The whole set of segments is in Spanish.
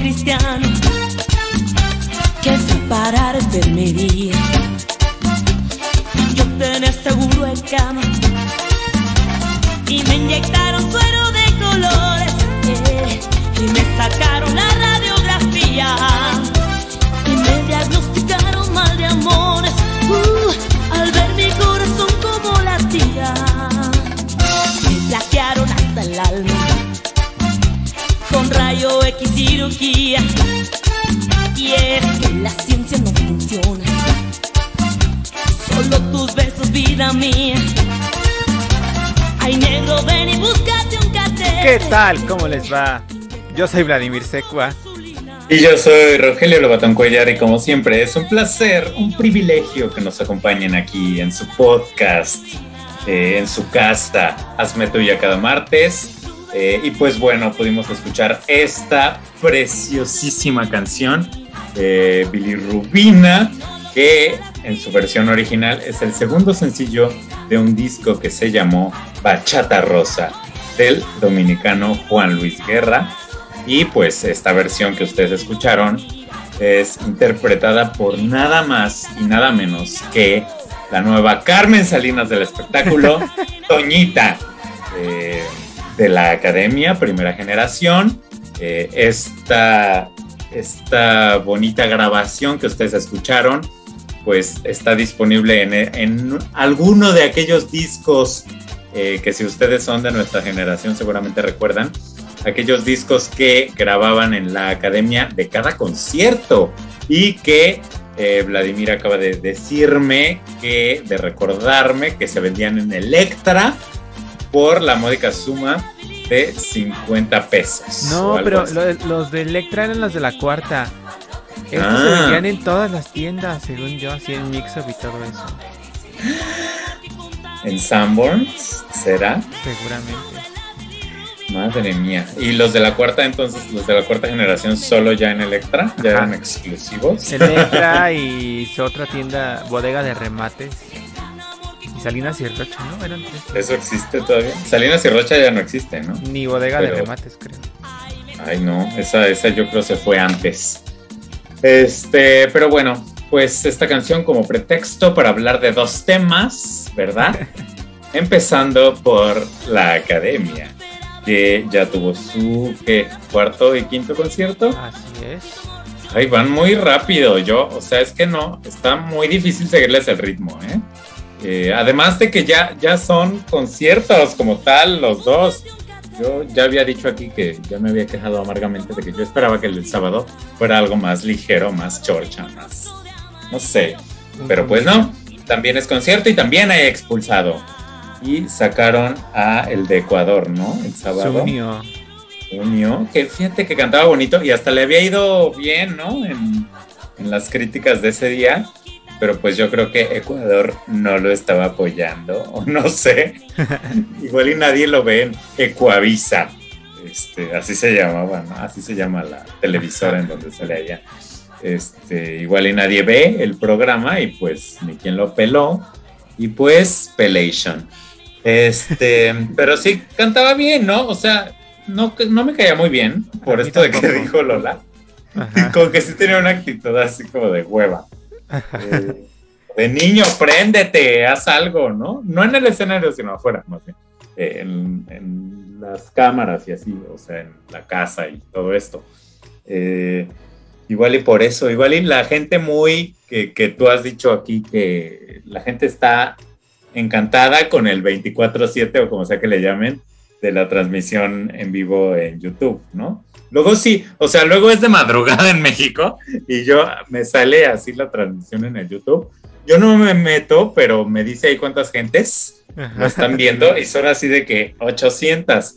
cristiano que fue parar enfermería. Yo tenía seguro en cama y me inyectaron suero de colores, y me sacaron la radiografía y me diagnosticaron mal de amores. Al ver mi corazón como latía, me plaquearon hasta el alma con rayo X cirugía. Y es que la ciencia no funciona, solo tus besos, vida mía. Ay, negro, ven y búscate un catete. ¿Qué tal? ¿Cómo les va? Yo soy Vladimir Secua. Y yo soy Rogelio Lobatón Cuellar, y como siempre es un placer, un privilegio que nos acompañen aquí en su podcast, en su casa, Hazme Tuya cada martes. Y pues bueno, pudimos escuchar esta preciosísima canción de Bilirrubina, que en su versión original es el segundo sencillo de un disco que se llamó Bachata Rosa, del dominicano Juan Luis Guerra. Y pues esta versión que ustedes escucharon es interpretada por nada más y nada menos que la nueva Carmen Salinas del espectáculo, Toñita, de la Academia, primera generación. Esta bonita grabación que ustedes escucharon, pues está disponible en alguno de aquellos discos que, si ustedes son de nuestra generación, seguramente recuerdan, aquellos discos que grababan en la Academia de cada concierto, y que Vladimir acaba de decirme, de recordarme que se vendían en Electra por la módica suma de 50 pesos. No, pero los de Electra eran los de la cuarta. Estos se vendían en todas las tiendas, según yo, así en Mix-Up y todo eso. ¿En Sanborns? ¿Será? Seguramente. Madre mía. ¿Y los de la cuarta, entonces, los de la cuarta generación, solo ya en Electra? ¿Ya eran exclusivos? Electra y su otra tienda, Bodega de Remates. Y Salinas y Rocha, ¿no? Eran tres. ¿Eso existe todavía? Salinas y Rocha ya no existe, ¿no? Ni Bodega de Remates, creo. Ay, no, esa yo creo se fue antes. Pero bueno, pues esta canción como pretexto para hablar de dos temas, ¿verdad? Empezando por la Academia, que ya tuvo su cuarto y quinto concierto. Así es. Ay, van muy rápido. Es que no, está muy difícil seguirles el ritmo, además de que ya son conciertos como tal los dos. Yo ya había dicho aquí que ya me había quejado amargamente de que yo esperaba que el sábado fuera algo más ligero, más chorcha, más, no sé, pero pues no, también es concierto y también hay expulsado. Y sacaron a el de Ecuador, ¿no? El sábado. Junio, que fíjate que cantaba bonito y hasta le había ido bien, ¿no? En las críticas de ese día. Pero pues yo creo que Ecuador no lo estaba apoyando, o no sé. Igual y nadie lo ve en Ecuavisa. Así se llamaba, ¿no? Así se llama la televisora en donde sale allá. Igual y nadie ve el programa y pues ni quien lo peló. Y pues, Pelation. Pero sí, cantaba bien, ¿no? O sea, no me caía muy bien por esto de que dijo Lola. Como que sí tenía una actitud así como de hueva. De niño, préndete, haz algo, ¿no? No en el escenario, sino afuera, más bien. En las cámaras y así, o sea, en la casa y todo esto. Igual y por eso, igual y la gente que tú has dicho aquí, que la gente está encantada con el 24/7 o como sea que le llamen, de la transmisión en vivo en YouTube, ¿no? Luego sí, o sea, luego es de madrugada en México y me sale así la transmisión en el YouTube. Yo no me meto, pero me dice ahí cuántas gentes lo están viendo y son así de que 800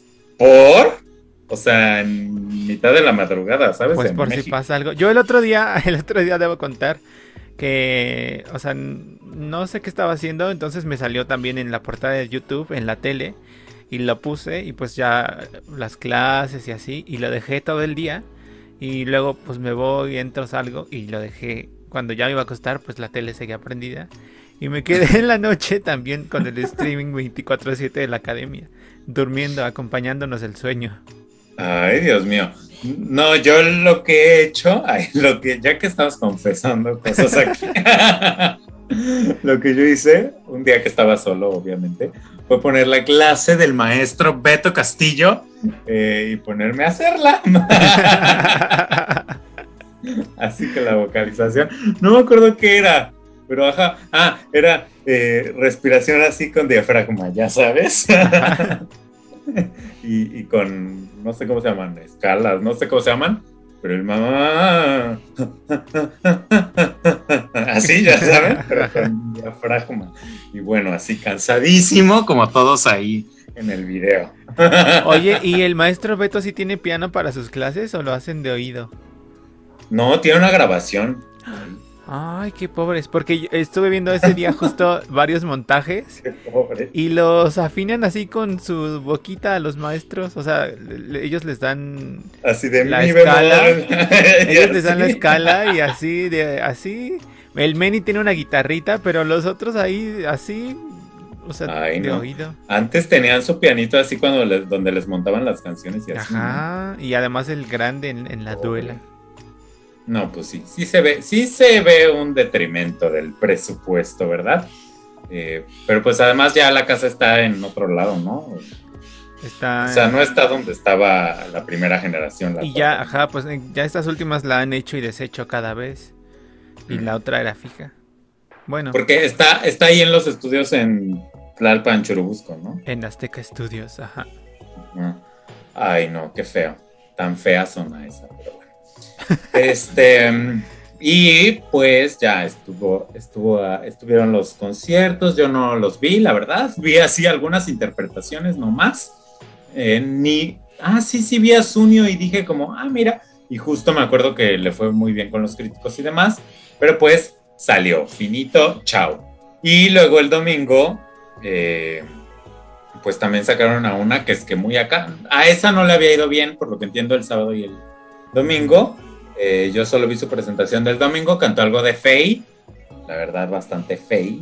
o sea, en mitad de la madrugada, ¿sabes? Pues en por México. si pasa algo. Yo el otro día debo contar que, o sea, no sé qué estaba haciendo, entonces me salió también en la portada de YouTube, en la tele, y lo puse y pues ya las clases y así, y lo dejé todo el día y luego pues me voy, entro, salgo y lo dejé. Cuando ya me iba a acostar, pues la tele seguía prendida y me quedé en la noche también con el streaming 24/7 de la Academia, durmiendo, acompañándonos el sueño. Ay, Dios mío. No, yo lo que he hecho, ya que estamos confesando cosas aquí, lo que yo hice, un día que estaba solo, obviamente, fue poner la clase del maestro Beto Castillo y ponerme a hacerla. Así que la vocalización, no me acuerdo qué era, pero era respiración así con diafragma, ya sabes. y con, no sé cómo se llaman, escalas, no sé cómo se llaman, pero el mamá, así, ya saben, pero con diafragma. Y bueno, así cansadísimo, como todos ahí en el video. Oye, ¿y el maestro Beto sí tiene piano para sus clases o lo hacen de oído? No, tiene una grabación. Ay, qué pobres, porque estuve viendo ese día justo varios montajes. Qué pobre. Y los afinan así con su boquita a los maestros, o sea, ellos les dan así de la mi escala, bemol. ellos les dan la escala y así, el Meni tiene una guitarrita, pero los otros ahí así, o sea, Ay, de no. oído. Antes tenían su pianito así donde les montaban las canciones y así. Ajá, y además el grande en la duela. No, pues sí se ve un detrimento del presupuesto, ¿verdad? Pero pues además ya la casa está en otro lado, ¿no? O sea, no está donde estaba la primera generación. Y ya, ajá, pues ya estas últimas la han hecho y deshecho cada vez. Y la otra era fija. Bueno. Porque está ahí en los estudios en Tlalpan, Churubusco, ¿no? En Azteca Studios, ajá. Ay, no, qué feo. Tan fea zona esa, pero bueno. Y pues ya estuvieron los conciertos. Yo no los vi, la verdad. Vi así algunas interpretaciones nomás. Sí, vi a Zunio y dije como, mira. Y justo me acuerdo que le fue muy bien con los críticos y demás. Pero pues salió, finito, chao. Y luego el domingo, pues también sacaron a una que es que muy acá. A esa no le había ido bien, por lo que entiendo, el sábado y el domingo. Yo solo vi su presentación del domingo, cantó algo de Faye, la verdad bastante Faye.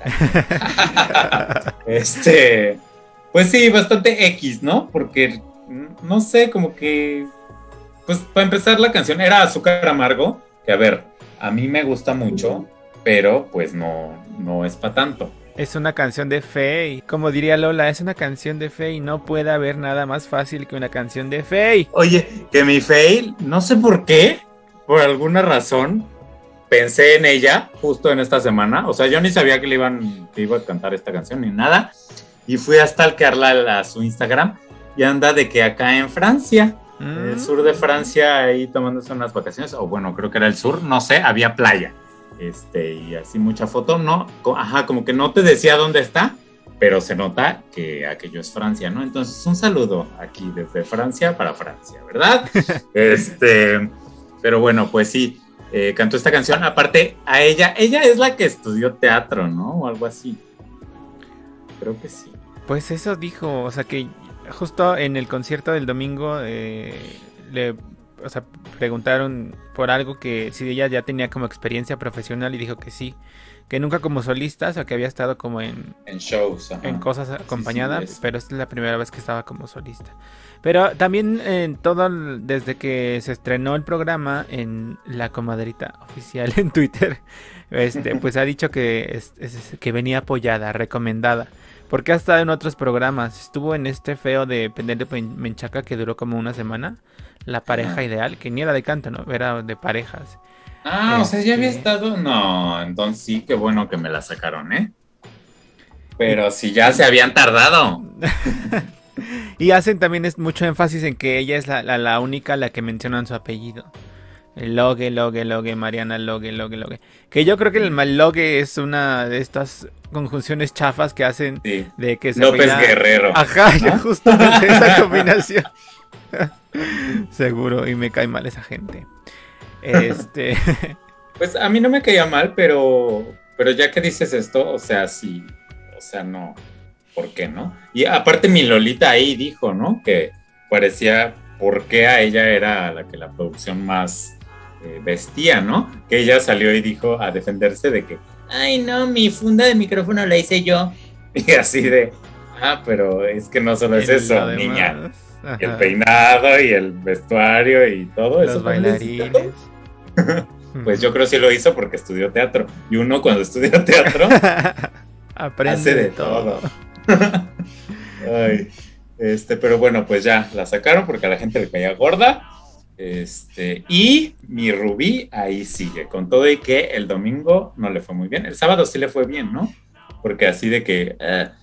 Pues sí, bastante X, ¿no? Porque, no sé, como que, pues para empezar la canción era Azúcar Amargo, que a ver, a mí me gusta mucho, pero pues no es para tanto. Es una canción de Faye, como diría Lola, es una canción de Faye, no puede haber nada más fácil que una canción de Faye. Oye, que mi Faye, no sé por qué, por alguna razón, pensé en ella justo en esta semana. O sea, yo ni sabía que iba a cantar esta canción ni nada. Y fui a stalkearla a su Instagram y anda de que acá en Francia, el sur de Francia, ahí tomándose unas vacaciones. O bueno, creo que era el sur, no sé, había playa. Y así mucha foto, ¿no? Como que no te decía dónde está, pero se nota que aquello es Francia, ¿no? Entonces, un saludo aquí desde Francia para Francia, ¿verdad? Pero bueno, pues sí, cantó esta canción. Aparte, ella es la que estudió teatro, ¿no? O algo así. Creo que sí. Pues eso dijo, o sea que justo en el concierto del domingo preguntaron por algo que si ella ya tenía como experiencia profesional y dijo que sí, que nunca como solista, o sea que había estado como en shows, ajá, en cosas acompañadas, sí, pero esta es la primera vez que estaba como solista. Pero también desde que se estrenó el programa en La Comadrita Oficial en Twitter, pues ha dicho que que venía apoyada, recomendada, porque ha estado en otros programas. Estuvo en este feo de Penélope Menchaca que duró como una semana, La Pareja Ideal, que ni era de canto, ¿no? Era de parejas. O sea, ya había estado. No, entonces sí, qué bueno que me la sacaron, ¿eh? Pero si ya se habían tardado. Y hacen también mucho énfasis en que ella es la única a la que mencionan su apellido. Logue, Mariana Logue. Que yo creo que el Logue es una de estas conjunciones chafas que hacen, sí, de que se López Guerrero. Ajá, ¿no? Yo justo pensé esa combinación. Seguro, y me cae mal esa gente. Pues a mí no me caía mal, pero ya que dices esto, o sea, sí, o sea, no, ¿por qué no? Y aparte mi Lolita ahí dijo, ¿no? Que parecía por qué a ella era la que la producción más vestía, ¿no? Que ella salió y dijo a defenderse de que, ay no, mi funda de micrófono la hice yo. Y así de, pero es que no solo es eso, niña. Y el peinado y el vestuario y todo Los eso. bailarines. Pues yo creo que sí lo hizo porque estudió teatro. Y uno cuando estudia teatro aprende hace de todo. Ay, pero bueno, pues ya la sacaron porque a la gente le caía gorda. Y mi Rubí ahí sigue, con todo y que el domingo no le fue muy bien. El sábado sí le fue bien, ¿no? Porque así de que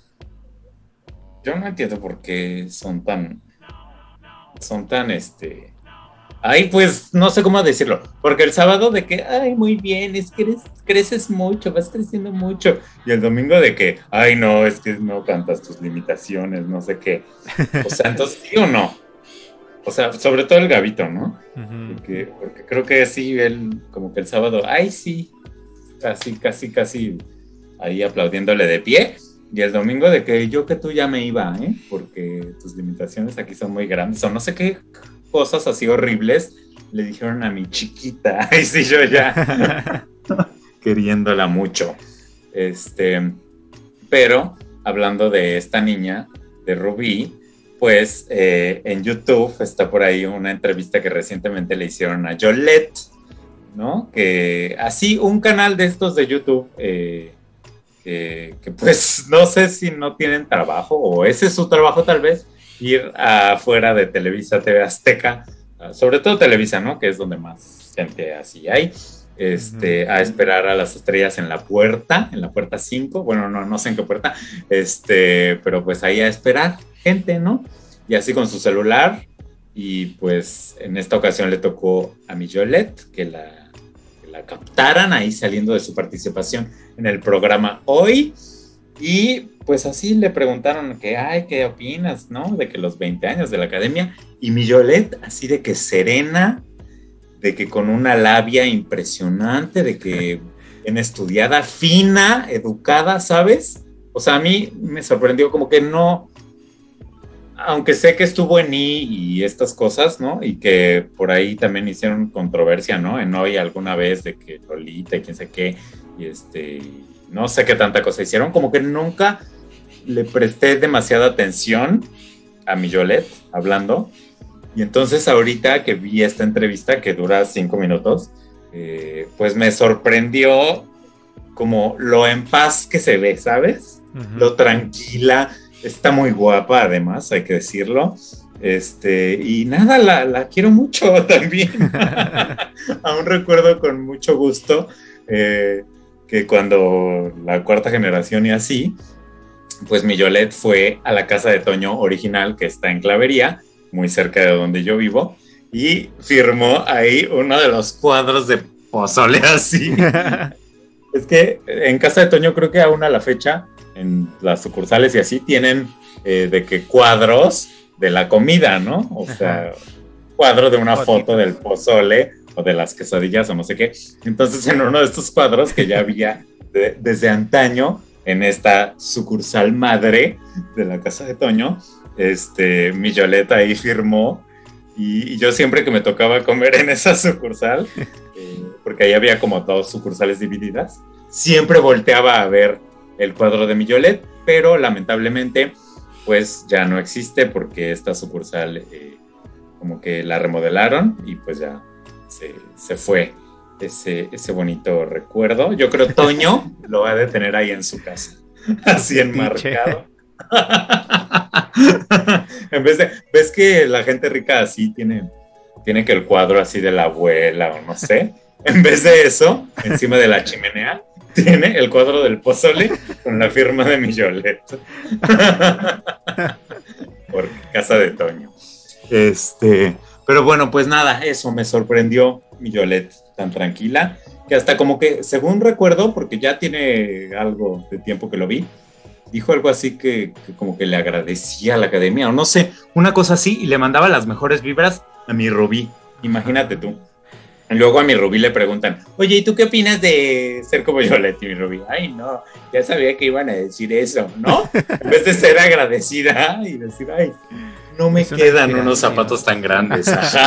yo no entiendo por qué son tan ay, pues no sé cómo decirlo, porque el sábado de que, ay, muy bien, es que creces mucho, vas creciendo mucho, y el domingo de que, ay, no, es que no cantas tus limitaciones, no sé qué, o sea, entonces, ¿sí o no? O sea, sobre todo el Gabito, ¿no? Uh-huh. Porque creo que sí, él, como que el sábado, ay, sí, casi, ahí aplaudiéndole de pie, y el domingo de que yo que tú ya me iba, porque tus limitaciones aquí son muy grandes, o no sé qué cosas así horribles le dijeron a mi chiquita. Ay, sí, yo ya queriéndola mucho. Pero hablando de esta niña, de Rubí, pues en YouTube está por ahí una entrevista que recientemente le hicieron a Yolette, ¿no? Que así un canal de estos de YouTube que pues no sé si no tienen trabajo o ese es su trabajo tal vez, ir afuera de Televisa, TV Azteca, sobre todo Televisa, ¿no? Que es donde más gente así hay, a esperar a las estrellas en la puerta 5, bueno, no sé en qué puerta, pero pues ahí a esperar gente, ¿no? Y así con su celular, y pues en esta ocasión le tocó a mi Yolette que la captaran ahí saliendo de su participación en el programa Hoy. Y pues así le preguntaron que, ay, ¿qué opinas, no? De que los 20 años de la academia, y mi Yolette así de que serena, de que con una labia impresionante, de que bien estudiada, fina, educada, ¿sabes? O sea, a mí me sorprendió como que no, aunque sé que estuvo en y estas cosas, ¿no? Y que por ahí también hicieron controversia, ¿no? En Hoy alguna vez de que Lolita y quién sé qué, y no sé qué tanta cosa hicieron, como que nunca le presté demasiada atención a mi Yolette hablando, y entonces ahorita que vi esta entrevista que dura 5 minutos, pues me sorprendió como lo en paz que se ve, ¿sabes? Uh-huh. Lo tranquila, está muy guapa además, hay que decirlo, y nada, la quiero mucho también. Aún recuerdo con mucho gusto que cuando la cuarta generación y así, pues mi Yolette fue a la casa de Toño original, que está en Clavería, muy cerca de donde yo vivo, y firmó ahí uno de los cuadros de pozole así. Es que en casa de Toño creo que aún a la fecha, en las sucursales y así, tienen de que cuadros de la comida, ¿no? O sea, cuadro de una foto del pozole, o de las quesadillas o no sé qué. Entonces en uno de estos cuadros que ya había desde antaño en esta sucursal madre de la casa de Toño, mi Yolette ahí firmó, y yo siempre que me tocaba comer en esa sucursal, porque ahí había como 2 sucursales divididas, siempre volteaba a ver el cuadro de mi Yolette, pero lamentablemente pues ya no existe porque esta sucursal como que la remodelaron y pues ya se fue ese bonito recuerdo. Yo creo Toño lo va a tener ahí en su casa, así enmarcado. En vez de, ¿ves que la gente rica así tiene que el cuadro así de la abuela o no sé? En vez de eso, encima de la chimenea, tiene el cuadro del pozole con la firma de mi Yolette. Por casa de Toño. Pero bueno, pues nada, eso me sorprendió mi Yolette tan tranquila, que hasta como que, según recuerdo, porque ya tiene algo de tiempo que lo vi, dijo algo así que como que le agradecía a la academia, o no sé, una cosa así, y le mandaba las mejores vibras a mi Rubí, imagínate tú. Y luego a mi Rubí le preguntan, oye, ¿y tú qué opinas de ser como Yolette? Y mi Rubí, ay no, ya sabía que iban a decir eso, ¿no? En vez de ser agradecida y decir, ay, no me quedan unos zapatos tan grandes.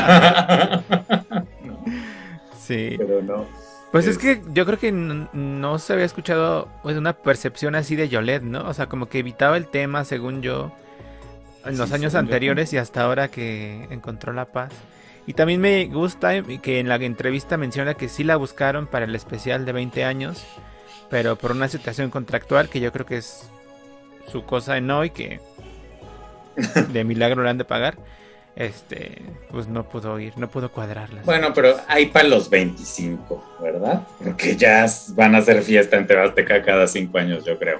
No. Sí. Pero no. Pues es que yo creo que no se había escuchado pues, una percepción así de Yolette, ¿no? O sea, como que evitaba el tema, según yo. en los Sí, años según yo anteriores y hasta ahora que encontró la paz. Y también me gusta que en la entrevista menciona que sí la buscaron para el especial de 20 años, pero por una situación contractual que yo creo que es su cosa en hoy, que de milagro le han de pagar, pues no pudo ir, no pudo cuadrarlas. Bueno, pero hay para los 25, ¿verdad? Porque ya van a hacer fiesta en TV Azteca cada 5 años, yo creo.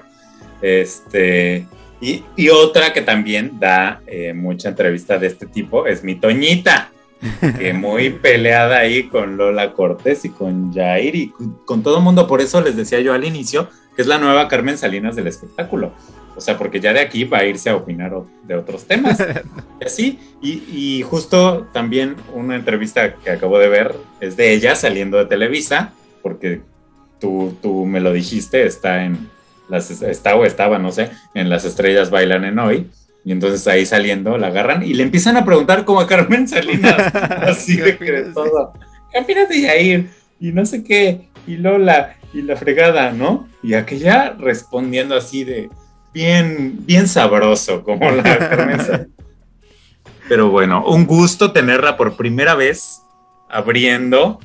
Y otra que también da mucha entrevista de este tipo es mi Toñita, que muy peleada ahí con Lola Cortés y con Jair y con todo el mundo. Por eso les decía yo al inicio que es la nueva Carmen Salinas del espectáculo. O sea, porque ya de aquí va a irse a opinar de otros temas. Así, y justo también una entrevista que acabo de ver es de ella saliendo de Televisa, porque tú me lo dijiste, estaba, no sé, en Las Estrellas Bailan en Hoy, y entonces ahí saliendo la agarran y le empiezan a preguntar como a Carmen Salinas, así de que de todo. ¿Qué opinas de Jair? Y no sé qué, y Lola, y la fregada, ¿no? Y aquella respondiendo así de bien sabroso, como la Carmen Salinas. Pero bueno, un gusto tenerla por primera vez abriendo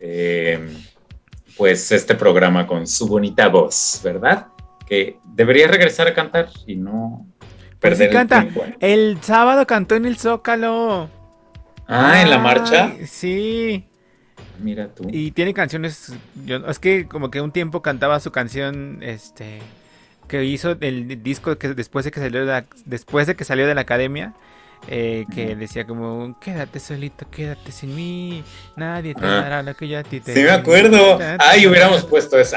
pues este programa con su bonita voz, ¿verdad? Que debería regresar a cantar y no Pues sí perder canta. el tiempo. El sábado cantó en el Zócalo. ¿En la marcha? Sí. Mira tú. Y tiene canciones. Es que como que un tiempo cantaba su canción, que hizo el disco que después de que salió de la academia, que decía como quédate solito, quédate sin mí, nadie te dará lo que yo a ti te Sí me acuerdo. Hubiéramos puesto esa.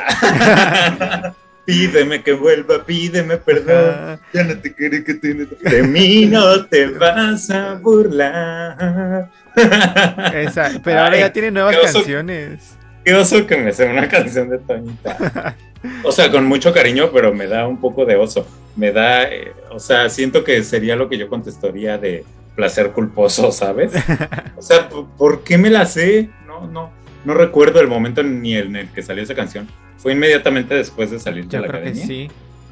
Pídeme que vuelva, pídeme perdón. Ya no te quiero que de mí no te vas a burlar. Esa, pero ahora ya tiene nuevas canciones. Qué oso que me sea una canción de Toñita. O sea, con mucho cariño, pero me da un poco de oso. Me da, o sea, siento que sería lo que yo contestaría de placer culposo, ¿sabes? O sea, ¿por qué me la sé? No recuerdo el momento ni en el que salió esa canción. Fue inmediatamente después de salir de la academia. Yo creo que sí.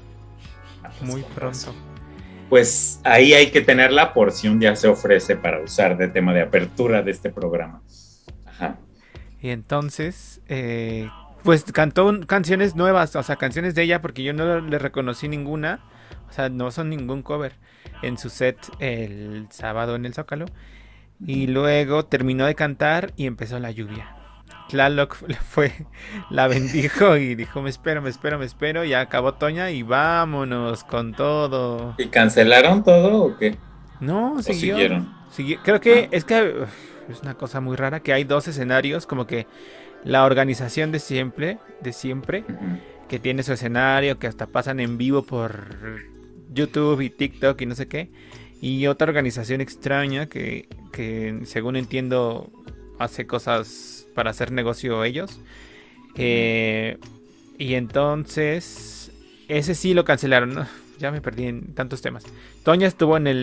Muy pronto. Pues ahí hay que tenerla por si un día se ofrece para usar de tema de apertura de este programa. Ajá. Y entonces, pues cantó canciones nuevas, o sea, canciones de ella, porque yo no le reconocí ninguna, o sea, no son ningún cover, en su set el sábado en el Zócalo. Y luego terminó de cantar y empezó la lluvia. Tlaloc la bendijo y dijo, me espero, ya acabó Toña y vámonos con todo. ¿Y cancelaron todo o qué? No, siguieron. Creo que es es una cosa muy rara que hay 2 escenarios, como que la organización de siempre, que tiene su escenario, que hasta pasan en vivo por YouTube y TikTok y no sé qué, y otra organización extraña que según entiendo hace cosas para hacer negocio ellos, y entonces ese sí lo cancelaron, ¿no? Ya me perdí en tantos temas. Toña estuvo en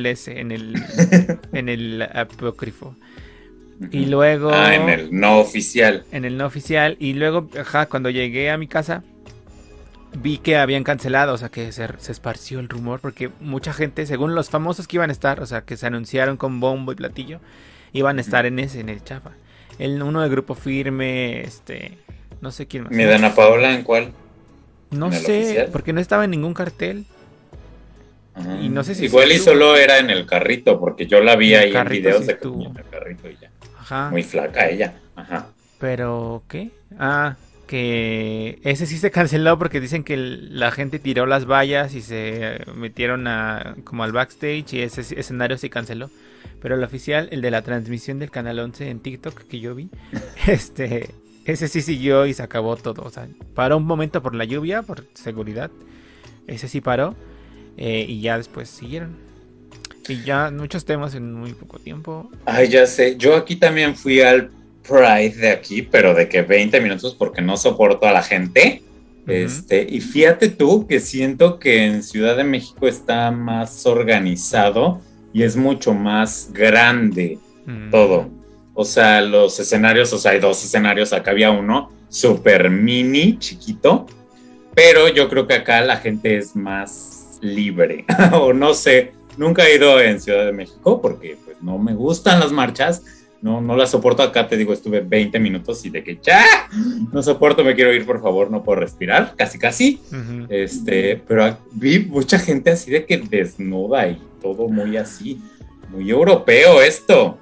el apócrifo. Y luego en el no oficial. En el no oficial. Y luego, cuando llegué a mi casa, vi que habían cancelado, o sea, que se esparció el rumor, porque mucha gente, según los famosos que iban a estar, o sea, que se anunciaron con bombo y platillo, iban a estar en el chafa. Uno de Grupo Firme, no sé quién más. ¿Mi Dana Paola en cuál? No sé, oficial? Porque no estaba en ningún cartel. Y no sé si igual y solo era en el carrito, porque yo la vi ahí en videos de en el carrito y ya. Ajá. Muy flaca ella. Ajá. Pero, ¿qué? Que ese sí se canceló porque dicen que la gente tiró las vallas y se metieron como al backstage, y ese escenario se canceló. Pero el oficial, el de la transmisión del Canal 11 en TikTok que yo vi, ese sí siguió y se acabó todo. O sea, paró un momento por la lluvia, por seguridad. Ese sí paró. Y ya después siguieron. Y ya muchos temas en muy poco tiempo. Ay, ya sé. Yo aquí también fui al Pride de aquí, pero de que 20 minutos porque no soporto a la gente. Y fíjate tú que siento que en Ciudad de México está más organizado y es mucho más grande todo. O sea, los escenarios, o sea, hay 2 escenarios. Acá había uno súper mini, chiquito. Pero yo creo que acá la gente es más libre. O no sé Nunca he ido en Ciudad de México porque pues, no me gustan las marchas. No las soporto acá, te digo, estuve 20 minutos y de que ya no soporto, me quiero ir, por favor, no puedo respirar, casi. Uh-huh. Pero vi mucha gente así de que desnuda y todo muy así, muy europeo esto.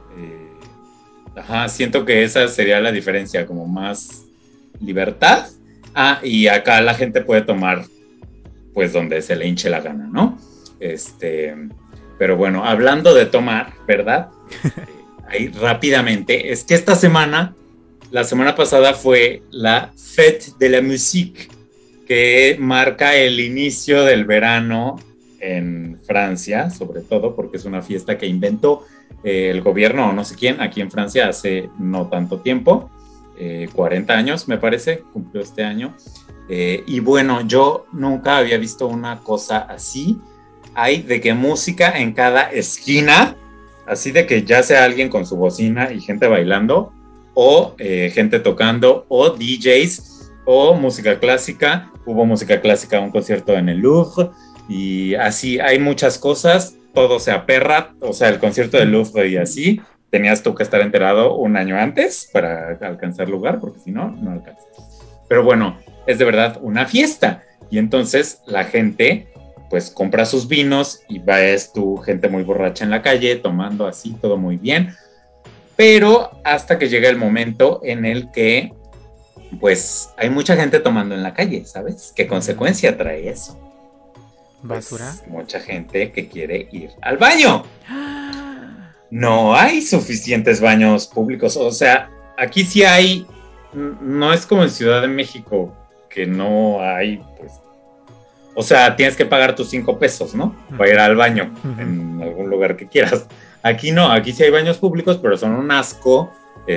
Siento que esa sería la diferencia, como más libertad. Y acá la gente puede tomar, pues, donde se le hinche la gana, ¿no? Pero bueno, hablando de tomar, ¿verdad? Ahí rápidamente, es que la semana pasada fue la Fête de la Musique, que marca el inicio del verano en Francia, sobre todo porque es una fiesta que inventó el gobierno o no sé quién aquí en Francia hace no tanto tiempo, 40 años me parece, cumplió este año. Y bueno, yo nunca había visto una cosa así. Hay de que música en cada esquina, así de que ya sea alguien con su bocina y gente bailando, o gente tocando, o DJs, o música clásica. Hubo música clásica, un concierto en el Louvre, y así hay muchas cosas, todo se aperra, o sea, el concierto del Louvre y así, tenías tú que estar enterado un año antes para alcanzar lugar, porque si no, no alcanzas. Pero bueno, es de verdad una fiesta, y entonces la gente pues compra sus vinos y ves tu gente muy borracha en la calle, tomando así, todo muy bien. Pero hasta que llega el momento en el que, pues, hay mucha gente tomando en la calle, ¿sabes? ¿Qué consecuencia trae eso? ¿Basura? Pues, mucha gente que quiere ir al baño. No hay suficientes baños públicos. O sea, aquí sí hay, no es como en Ciudad de México, que no hay, pues, o sea, tienes que pagar tus 5 pesos, ¿no? Para ir al baño en algún lugar que quieras. Aquí no, aquí sí hay baños públicos, pero son un asco,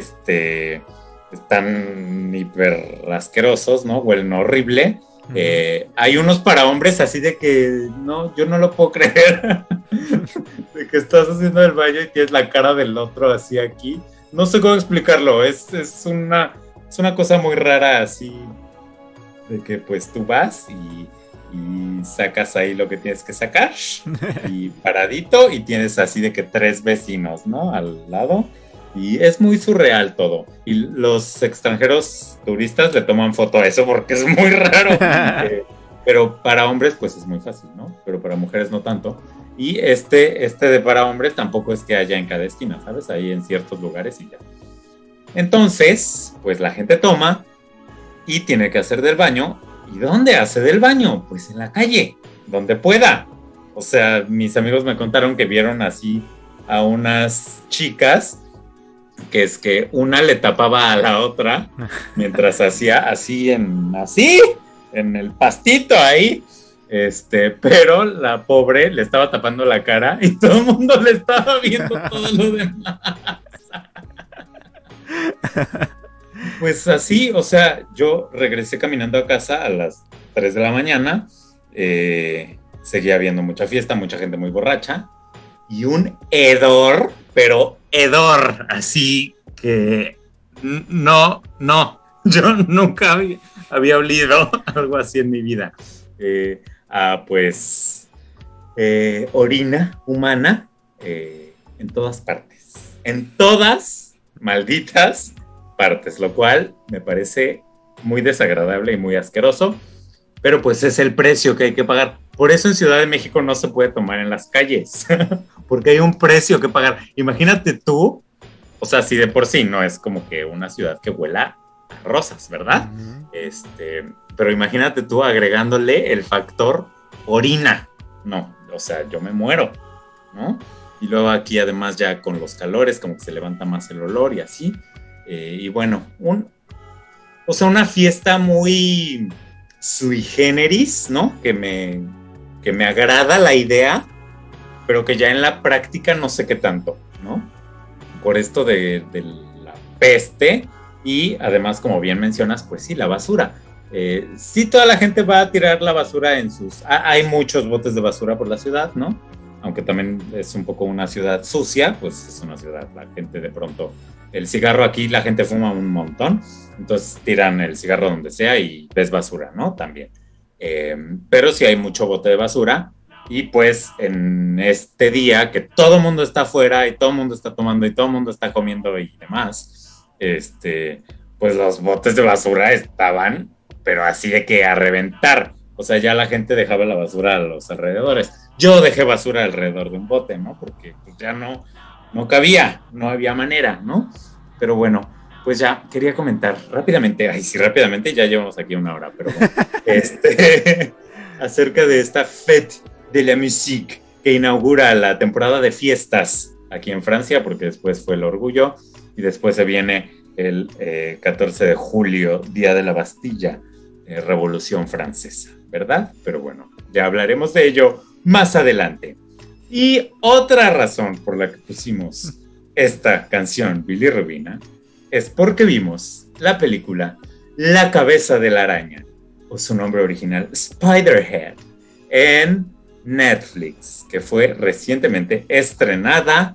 están hiper asquerosos, ¿no? Huelen horrible. Hay unos para hombres así de que, no, yo no lo puedo creer, de que estás haciendo el baño y tienes la cara del otro así aquí. No sé cómo explicarlo, es una cosa muy rara así, de que pues tú vas y sacas ahí lo que tienes que sacar y paradito y tienes así de que 3 vecinos, ¿no? Al lado y es muy surreal todo y los extranjeros turistas le toman foto a eso porque es muy raro, pero para hombres pues es muy fácil, ¿no? Pero para mujeres no tanto y este de para hombres tampoco es que haya en cada esquina, ¿sabes? Ahí en ciertos lugares y ya. Entonces pues la gente toma y tiene que hacer del baño. ¿Y dónde hace del baño? Pues en la calle, donde pueda. O sea, mis amigos me contaron que vieron así a unas chicas, que es que una le tapaba a la otra, mientras hacía así en el pastito ahí, pero la pobre le estaba tapando la cara y todo el mundo le estaba viendo todo lo demás. Pues así, o sea, yo regresé caminando a casa a las 3 de la mañana, seguía habiendo mucha fiesta, mucha gente muy borracha, y un hedor, pero hedor, así que no, yo nunca había olido algo así en mi vida. Pues, orina humana en todas partes, en todas malditas partes, lo cual me parece muy desagradable y muy asqueroso, pero pues es el precio que hay que pagar. Por eso en Ciudad de México no se puede tomar en las calles, porque hay un precio que pagar. Imagínate tú, o sea, si de por sí no es como que una ciudad que huela a rosas, ¿verdad? Pero imagínate tú agregándole el factor orina. No, o sea, yo me muero, ¿no? Y luego aquí además ya con los calores como que se levanta más el olor y así. Y bueno, una fiesta muy sui generis, ¿no? Que me agrada la idea, pero que ya en la práctica no sé qué tanto, ¿no? Por esto de la peste y además, como bien mencionas, pues sí, la basura. Sí, toda la gente va a tirar la basura en sus... hay muchos botes de basura por la ciudad, ¿no? Aunque también es un poco una ciudad sucia, pues es una ciudad, la gente de pronto... El cigarro aquí, la gente fuma un montón, entonces tiran el cigarro donde sea y ves basura, ¿no? También. Pero sí hay mucho bote de basura Y pues en este día que todo el mundo está afuera y todo el mundo está tomando y todo el mundo está comiendo y demás, pues los botes de basura estaban, pero así de que a reventar. O sea, ya la gente dejaba la basura a los alrededores. Yo dejé basura alrededor de un bote, ¿no? Porque pues, ya no cabía, no había manera, ¿no? Pero bueno, pues ya quería comentar rápidamente, rápidamente, ya llevamos aquí 1 hora, pero bueno, acerca de esta Fête de la Musique que inaugura la temporada de fiestas aquí en Francia, porque después fue el Orgullo y después se viene el 14 de julio, Día de la Bastilla, Revolución Francesa, ¿verdad? Pero bueno, ya hablaremos de ello más adelante. Y otra razón por la que pusimos esta canción, Bilirrubina, es porque vimos la película La cabeza de la araña, o su nombre original, Spiderhead, en Netflix, que fue recientemente estrenada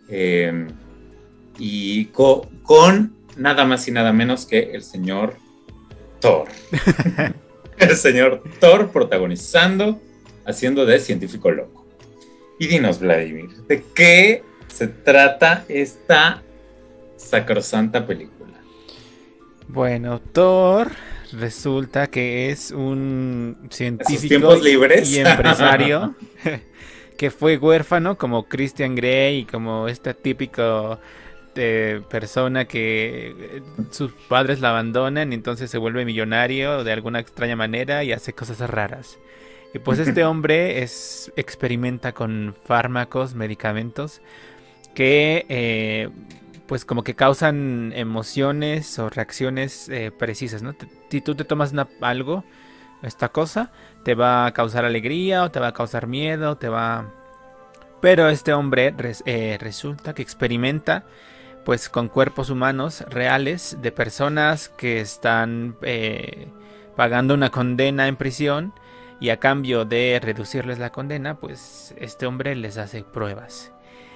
y con nada más y nada menos que el señor Thor. El señor Thor protagonizando, haciendo de científico loco. Y dinos, Vladimir, ¿de qué se trata esta sacrosanta película? Bueno, Thor resulta que es un científico tiempos libres y empresario que fue huérfano como Christian Grey y como esta típica persona que sus padres la abandonan y entonces se vuelve millonario de alguna extraña manera y hace cosas raras. Y pues este hombre experimenta con fármacos, medicamentos que pues como que causan emociones o reacciones precisas, ¿no? Si tú te tomas algo, esta cosa, te va a causar alegría o te va a causar miedo, Pero este hombre resulta que experimenta pues con cuerpos humanos reales de personas que están pagando una condena en prisión y a cambio de reducirles la condena, pues este hombre les hace pruebas.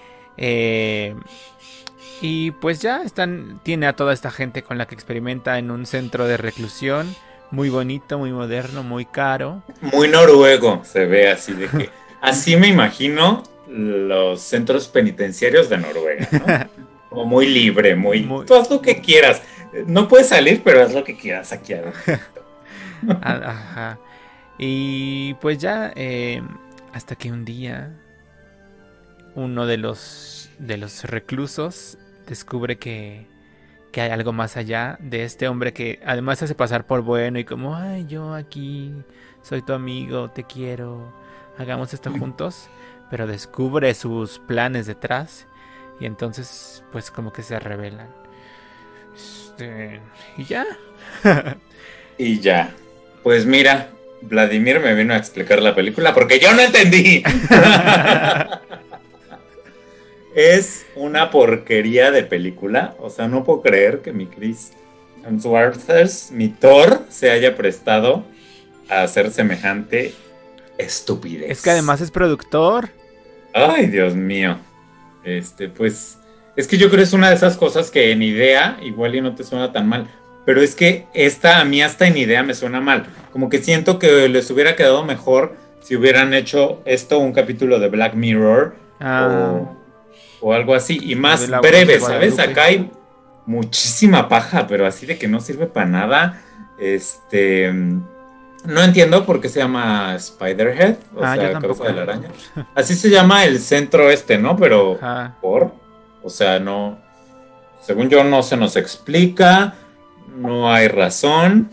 Y pues ya tiene a toda esta gente con la que experimenta en un centro de reclusión muy bonito, muy moderno, muy caro. Muy noruego se ve así de que... Así me imagino los centros penitenciarios de Noruega, ¿no? Como muy libre, muy... Tú haz lo que quieras. No puedes salir, pero haz lo que quieras aquí adentro. Ajá. Y pues ya, hasta que un día uno de los reclusos descubre que hay algo más allá de este hombre que además hace pasar por bueno y como, ay, yo aquí soy tu amigo, te quiero, hagamos esto juntos, pero descubre sus planes detrás y entonces pues como que se rebelan. Y ya. Y ya. Pues mira, Vladimir me vino a explicar la película porque yo no entendí. Es una porquería de película. O sea, no puedo creer que mi Chris Hemsworth, mi Thor, se haya prestado a hacer semejante estupidez. Es que además es productor. Ay, Dios mío. Pues, es que yo creo que es una de esas cosas que en idea igual y no te suena tan mal. Pero es que a mí hasta en idea me suena mal. Como que siento que les hubiera quedado mejor si hubieran hecho esto un capítulo de Black Mirror o algo así. Y más breve, ¿sabes? Acá hay muchísima paja, pero así de que no sirve para nada. No entiendo por qué se llama Spiderhead, o sea, cabeza de la araña. Así se llama el centro ¿no? Pero o sea, no, según yo no se nos explica, no hay razón,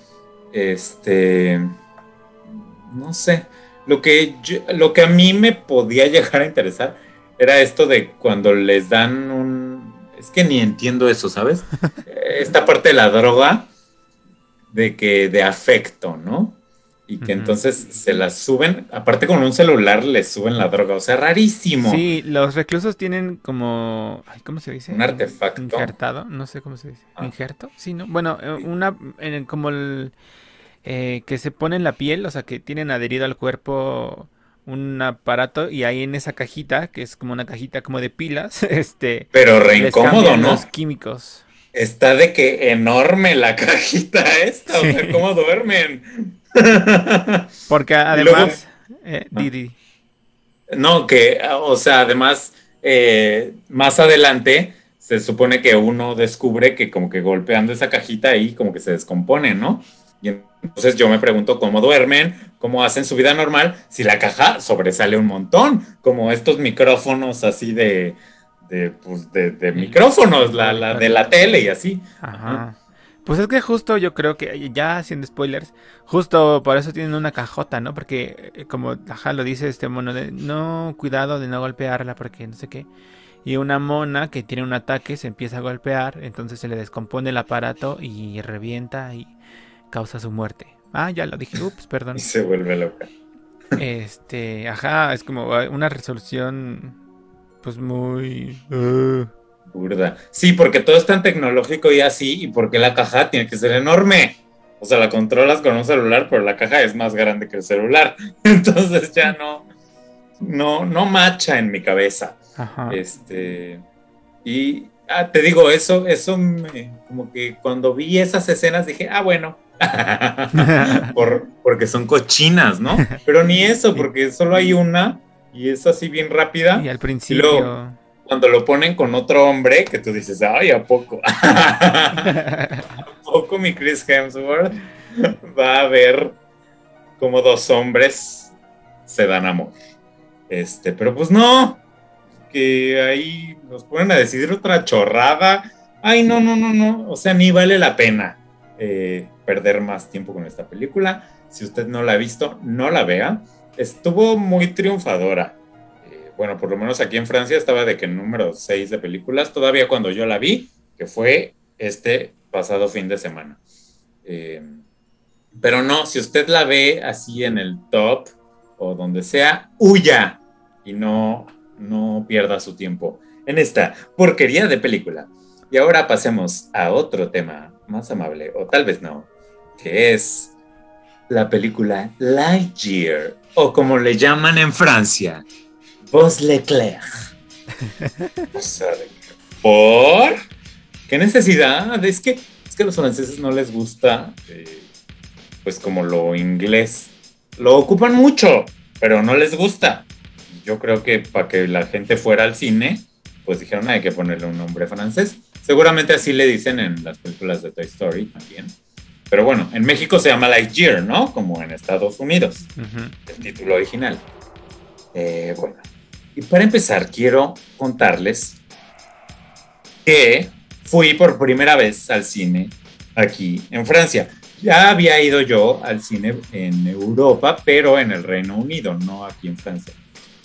no sé. Lo que a mí me podía llegar a interesar era esto de cuando les dan es que ni entiendo eso, ¿sabes? Esta parte de la droga de afecto, ¿no? Y que entonces se la suben, aparte con un celular les suben la droga, o sea, rarísimo. Sí, los reclusos tienen como, ¿cómo se dice? Un artefacto. Injertado, no sé cómo se dice. ¿Injerto? Sí, ¿no? Bueno, como que se pone en la piel, o sea, que tienen adherido al cuerpo un aparato y ahí en esa cajita, que es como una cajita como de pilas, pero re incómodo, ¿no? Los químicos. Está de que enorme la cajita esta, sí. O sea, ¿cómo duermen? Porque además, Didi. No, que, o sea, además, más adelante se supone que uno descubre que como que golpeando esa cajita ahí como que se descompone, ¿no? Y entonces yo me pregunto cómo duermen, cómo hacen su vida normal, si la caja sobresale un montón, como estos micrófonos así de micrófonos, la de la tele y así. Ajá. Pues es que justo yo creo que, ya haciendo spoilers, justo por eso tienen una cajota, ¿no? Porque como ajá, lo dice este mono, de no, cuidado de no golpearla porque no sé qué. Y una mona que tiene un ataque se empieza a golpear, entonces se le descompone el aparato y revienta y causa su muerte. Ah, ya lo dije, ups, Y perdón. se vuelve loca. Ajá, es como una resolución, pues muy... Burda. Sí, porque todo es tan tecnológico y así, y porque la caja tiene que ser enorme. O sea, la controlas con un celular, pero la caja es más grande que el celular. Entonces ya no macha en mi cabeza. Ajá. Y te digo, eso como que cuando vi esas escenas dije, bueno, porque son cochinas, ¿no? Pero ni eso, porque solo hay una y es así bien rápida. Y al Y principio... luego, cuando lo ponen con otro hombre, que tú dices, ay, ¿a poco? ¿A poco mi Chris Hemsworth va a ver cómo dos hombres se dan amor? Pero pues no, que ahí nos ponen a decidir otra chorrada. Ay, no, o sea, ni vale la pena perder más tiempo con esta película. Si usted no la ha visto, no la vea. Estuvo muy triunfadora. Bueno, por lo menos aquí en Francia estaba de que en número 6 de películas, todavía cuando yo la vi, que fue este pasado fin de semana. Pero no, si usted la ve así en el top o donde sea, huya y no pierda su tiempo en esta porquería de película. Y ahora pasemos a otro tema más amable, o tal vez no, que es la película Lightyear, o como le llaman en Francia, Buzz Leclerc. O sea, ¿por? ¿Qué necesidad? Es que a los franceses no les gusta, pues como lo inglés. Lo ocupan mucho, pero no les gusta. Yo creo que para que la gente fuera al cine, pues dijeron hay que ponerle un nombre francés. Seguramente así le dicen en las películas de Toy Story también. Pero bueno, en México se llama Lightyear, ¿no? Como en Estados Unidos, el título original. Bueno, y para empezar quiero contarles que fui por primera vez al cine aquí en Francia. Ya había ido yo al cine en Europa, pero en el Reino Unido, no aquí en Francia.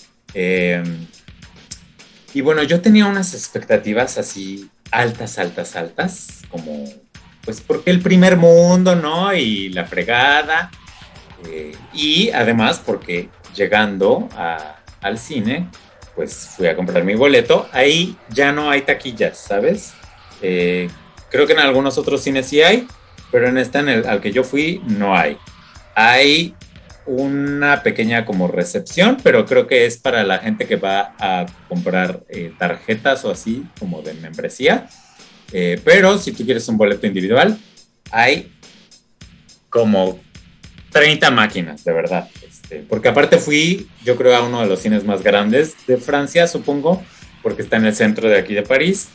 Y bueno, yo tenía unas expectativas así altas, como pues porque el primer mundo, ¿no? Y la fregada. Y además porque llegando al cine, pues fui a comprar mi boleto. Ahí ya no hay taquillas, ¿sabes? Creo que en algunos otros cines sí hay, pero en esta, al que yo fui, no hay. Hay una pequeña como recepción, pero creo que es para la gente que va a comprar tarjetas o así, como de membresía. Pero si tú quieres un boleto individual, hay como 30 máquinas, de verdad. Porque aparte fui, yo creo, a uno de los cines más grandes de Francia, supongo, porque está en el centro de aquí de París.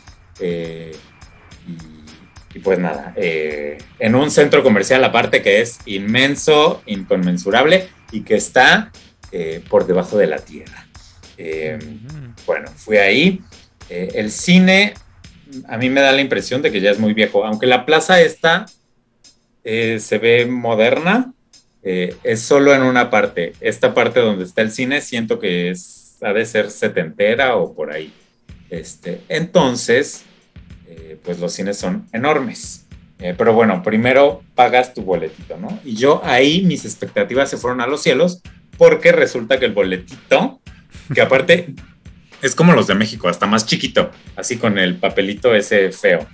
Y pues nada, en un centro comercial aparte que es inmenso, inconmensurable y que está por debajo de la tierra. Bueno, fui ahí. El cine a mí me da la impresión de que ya es muy viejo, aunque la plaza esta se ve moderna, es solo en una parte. Esta parte donde está el cine siento que ha de ser setentera o por ahí. Entonces, pues los cines son enormes. Pero bueno, primero pagas tu boletito, ¿no? Y yo ahí mis expectativas se fueron a los cielos porque resulta que el boletito, que aparte es como los de México, hasta más chiquito, así con el papelito ese feo.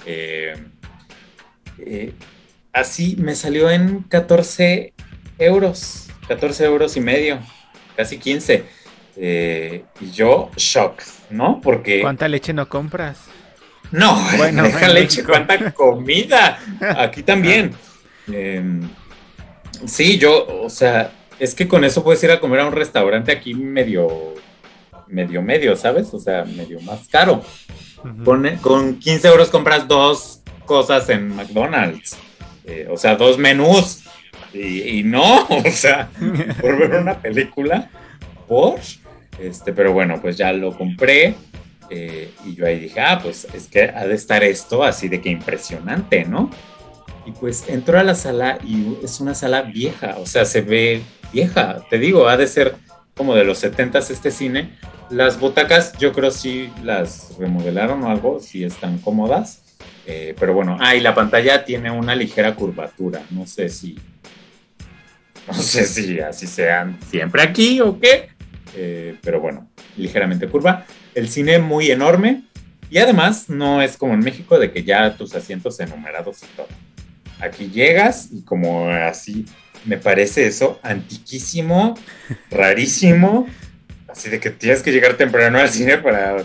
Así me salió en 14 euros y medio, casi 15. Y yo, shock, ¿no? Porque... ¿Cuánta leche no compras? No, bueno, deja leche, cuánta comida. Aquí también. Sí, yo, o sea, es que con eso puedes ir a comer a un restaurante aquí medio, ¿sabes? O sea, medio más caro. Con 15 euros compras 2 cosas en McDonald's. O sea, 2 menús. Y no, o sea, por ver una película, pero bueno, pues ya lo compré. Y yo ahí dije, pues es que ha de estar esto así de que impresionante, ¿no? Y pues entró a la sala y es una sala vieja, o sea, se ve vieja, te digo, ha de ser como de los 70s este cine. Las butacas yo creo sí las remodelaron o algo, sí están cómodas, pero bueno, y la pantalla tiene una ligera curvatura, no sé si así sean siempre aquí o qué, pero bueno, ligeramente curva. El cine muy enorme y además no es como en México de que ya tus asientos enumerados y todo. Aquí llegas y como así, me parece eso antiquísimo, rarísimo, así de que tienes que llegar temprano al cine para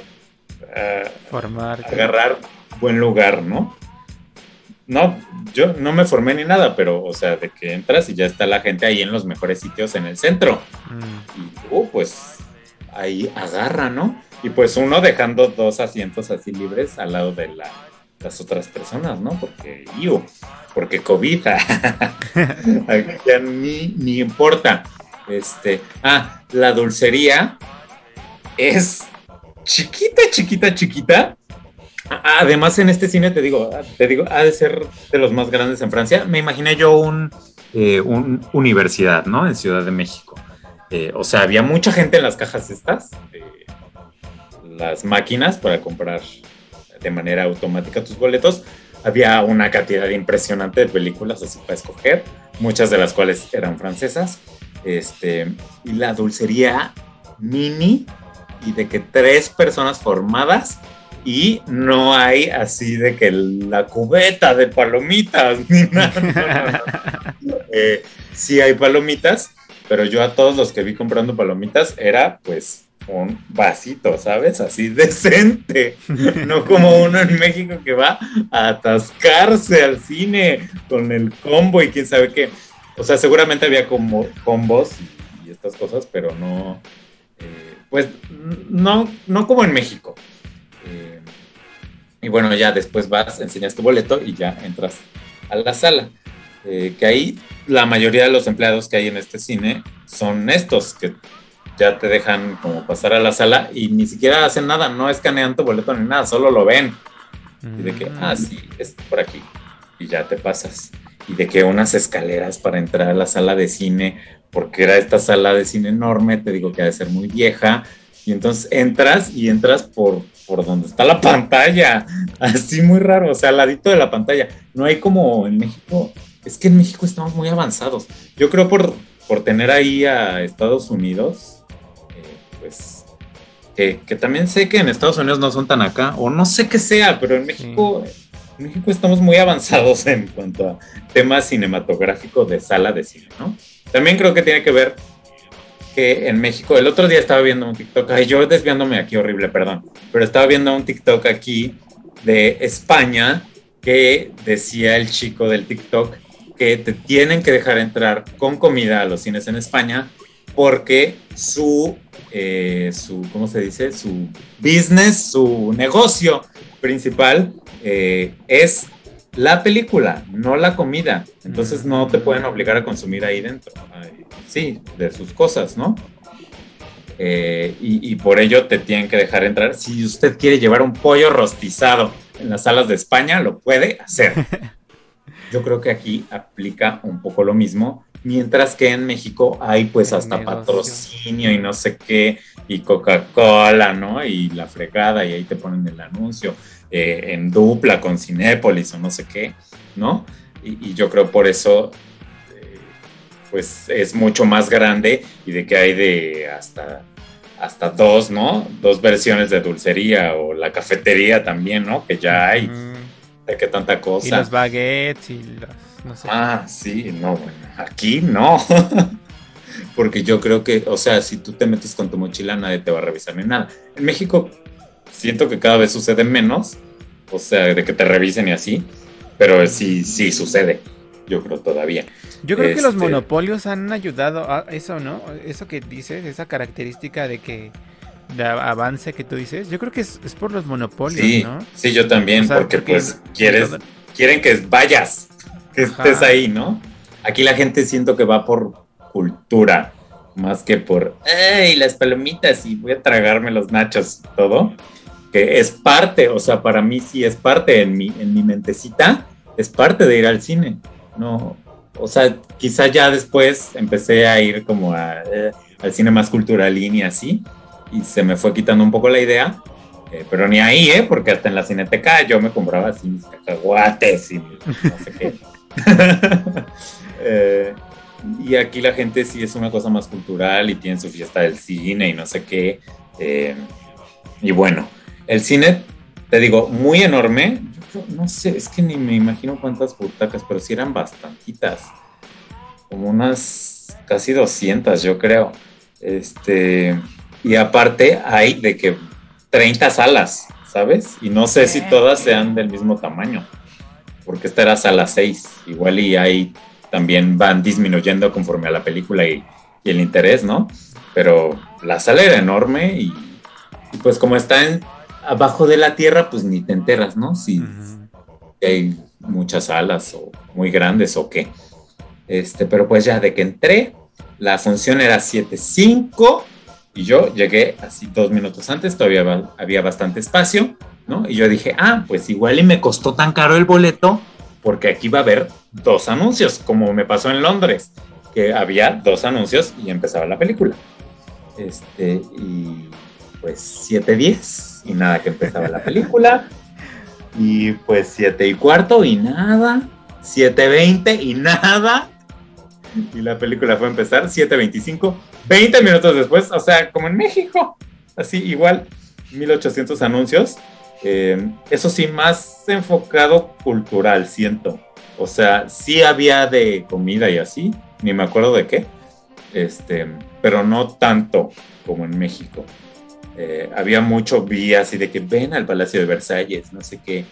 agarrar buen lugar, ¿no? No, yo no me formé ni nada, pero, o sea, de que entras y ya está la gente ahí en los mejores sitios en el centro. Y pues ahí agarra, ¿no? Y pues uno dejando 2 asientos así libres al lado de las otras personas, ¿no? Porque COVID, ya ni importa. La dulcería es chiquita. Además, en este cine, te digo, ha de ser de los más grandes en Francia. Me imaginé yo un universidad, ¿no? En Ciudad de México. O sea, había mucha gente en las cajas estas, las máquinas para comprar de manera automática tus boletos. Había una cantidad impresionante de películas así para escoger, muchas de las cuales eran francesas. Y la dulcería mini y de que 3 personas formadas y no hay así de que la cubeta de palomitas ni nada. Sí hay palomitas, pero yo a todos los que vi comprando palomitas era pues un vasito, ¿sabes? Así decente, no como uno en México que va a atascarse al cine con el combo y quién sabe qué. O sea, seguramente había como combos y estas cosas, pero no, pues no como en México. Y bueno, ya después vas, enseñas tu boleto y ya entras a la sala. Que ahí la mayoría de los empleados que hay en este cine son estos que ya te dejan como pasar a la sala y ni siquiera hacen nada, no escanean tu boleto ni nada, solo lo ven. Y de que, sí, es por aquí. Y ya te pasas. Y de que unas escaleras para entrar a la sala de cine, porque era esta sala de cine enorme, te digo que ha de ser muy vieja. Y entonces entras por donde está la pantalla. Así muy raro, o sea, al ladito de la pantalla. No hay como en México. Es que en México estamos muy avanzados. Yo creo por tener ahí a Estados Unidos, pues, que también sé que en Estados Unidos no son tan acá, o no sé qué sea, pero en México, estamos muy avanzados en cuanto a temas cinematográficos de sala de cine, ¿no? También creo que tiene que ver que en México, el otro día estaba viendo un TikTok, yo desviándome aquí horrible, perdón, pero estaba viendo un TikTok aquí de España que decía el chico del TikTok que te tienen que dejar entrar con comida a los cines en España porque su ¿cómo se dice? Su business, su negocio principal es la película, no la comida. Entonces no te pueden obligar a consumir ahí dentro. Sí, de sus cosas, ¿no? Y por ello te tienen que dejar entrar. Si usted quiere llevar un pollo rostizado en las salas de España, lo puede hacer. Yo creo que aquí aplica un poco lo mismo, mientras que en México hay pues hasta patrocinio y no sé qué, y Coca-Cola, ¿no? Y la fregada, y ahí te ponen el anuncio en dupla con Cinépolis o no sé qué, ¿no? Y yo creo por eso pues es mucho más grande y de que hay de hasta 2, ¿no? 2 versiones de dulcería o la cafetería también, ¿no? Que ya hay. De qué tanta cosa. Y los baguettes y los, no sé. Sí, no, bueno, aquí no. Porque yo creo que, o sea, si tú te metes con tu mochila, nadie te va a revisar ni nada. En México siento que cada vez sucede menos, o sea, de que te revisen y así, pero sí sucede. yo creo todavía. Yo creo que los monopolios han ayudado a eso, ¿no? Eso que dices, esa característica de que de avance que tú dices, yo creo que es por los monopolios, sí, ¿no? Sí, yo también, o sea, porque pues quieren que vayas, que estés ahí, ¿no? Aquí la gente siento que va por cultura, más que por, ¡ay, las palomitas! Y voy a tragarme los nachos y todo, que es parte, o sea, para mí sí es parte en mi mentecita, es parte de ir al cine, ¿no? O sea, quizá ya después empecé a ir como al cine más culturalín y así, y se me fue quitando un poco la idea, pero ni ahí, porque hasta en la Cineteca yo me compraba así mis cacahuates y no sé qué. Y aquí la gente sí es una cosa más cultural y tiene su fiesta del cine y no sé qué. Y bueno, el cine, te digo, muy enorme. Yo no sé, es que ni me imagino cuántas butacas, pero sí eran bastantitas. Como unas casi 200, yo creo. Y aparte hay de que 30 salas, ¿sabes? Y no sé si todas sean del mismo tamaño, porque esta era sala 6, igual y ahí también van disminuyendo conforme a la película y el interés, ¿no? Pero la sala era enorme y pues como está abajo de la tierra, pues ni te enteras, ¿no? Si hay muchas salas o muy grandes o qué. Pero pues ya de que entré, la función era 7:05 y yo llegué así 2 minutos antes, todavía había bastante espacio, ¿no? Y yo dije, pues igual y me costó tan caro el boleto porque aquí va a haber 2 anuncios, como me pasó en Londres, que había 2 anuncios y empezaba la película. Y pues 7:10 y nada que empezaba la película. Y pues 7:15 y nada. 7:20 y nada. Y la película fue a empezar 7:25, 20 minutos después, o sea, como en México. Así igual, 1800 anuncios. Eso sí, más enfocado cultural, siento. O sea, sí había de comida y así, ni me acuerdo de qué. Pero no tanto como en México. Había mucho, vi así de que ven al Palacio de Versalles, no sé qué,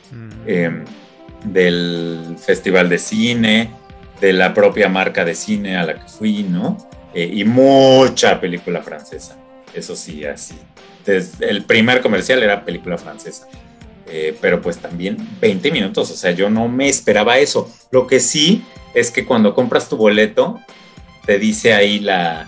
del Festival de Cine, de la propia marca de cine a la que fui, ¿no? Y mucha película francesa, eso sí, así. Desde el primer comercial era película francesa, pero pues también 20 minutos, o sea, yo no me esperaba eso. Lo que sí es que cuando compras tu boleto, te dice ahí la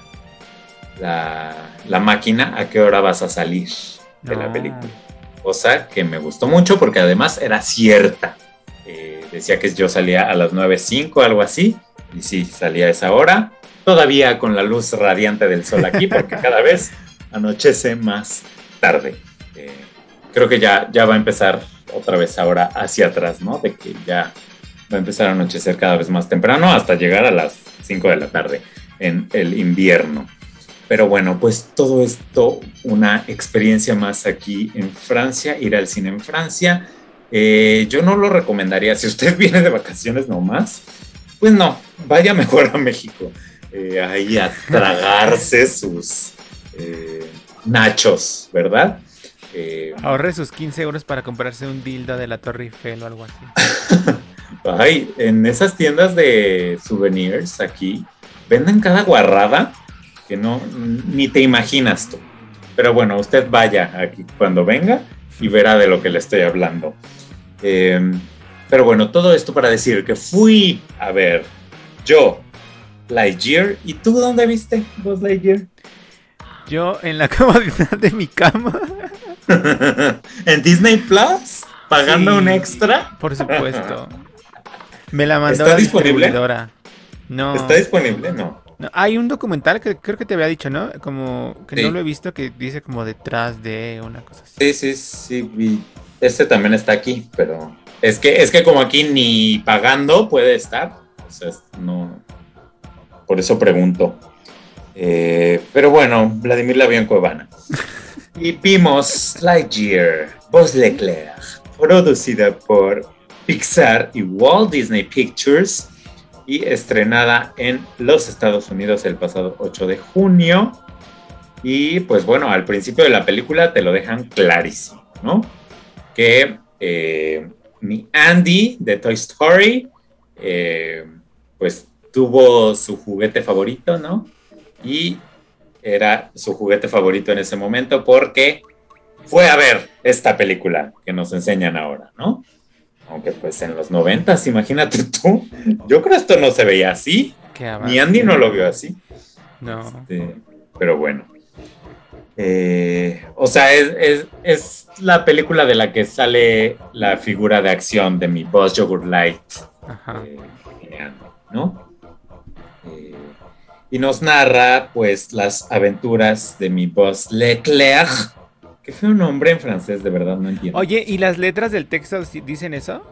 máquina a qué hora vas a salir de la película. Cosa que me gustó mucho porque además era cierta. Decía que yo salía a las 9:05, algo así, y sí, salía a esa hora, todavía con la luz radiante del sol aquí, porque cada vez anochece más tarde. Creo que ya va a empezar otra vez ahora hacia atrás, ¿no? De que ya va a empezar a anochecer cada vez más temprano hasta llegar a las 5 de la tarde en el invierno. Pero bueno, pues todo esto, una experiencia más aquí en Francia, ir al cine en Francia. Yo no lo recomendaría. Si usted viene de vacaciones nomás, pues no, vaya mejor a México. Ahí a tragarse sus nachos, ¿verdad? Ahorre sus 15 euros para comprarse un dildo de la Torre Eiffel o algo así. Ay, en esas tiendas de souvenirs aquí venden cada guarrada que no, ni te imaginas tú. Pero bueno, usted vaya aquí cuando venga y verá de lo que le estoy hablando. Pero bueno, todo esto para decir que fui a ver yo Lightyear. ¿Y tú dónde viste Buzz Lightyear? Yo en la comodidad de mi cama. ¿En Disney Plus? ¿Pagando un extra? Por supuesto. Me la mandó la distribuidora. No. ¿Está disponible? No. Hay un documental que creo que te había dicho, ¿no? Como que no lo he visto, que dice como detrás de una cosa así. Sí, vi. Este también está aquí, pero es que como aquí ni pagando puede estar, o sea, no, por eso pregunto. Pero bueno, Vladimir la vio en Cuevana. Y vimos Lightyear, Buzz Lightyear, producida por Pixar y Walt Disney Pictures y estrenada en los Estados Unidos el pasado 8 de junio. Y pues bueno, al principio de la película te lo dejan clarísimo, ¿no? Que mi Andy de Toy Story pues tuvo su juguete favorito, ¿no? Y era su juguete favorito en ese momento porque fue a ver esta película que nos enseñan ahora, ¿no? Aunque pues en los 90s, imagínate tú, yo creo que esto no se veía así, ni Andy no lo vio así. No. Pero bueno. O sea, es la película de la que sale la figura de acción de mi Buzz Yogurt Light, ¿no? Y nos narra, pues, las aventuras de mi Buzz Leclerc. ¿Qué fue un nombre en francés? De verdad no entiendo. Oye, ¿y las letras del texto dicen eso?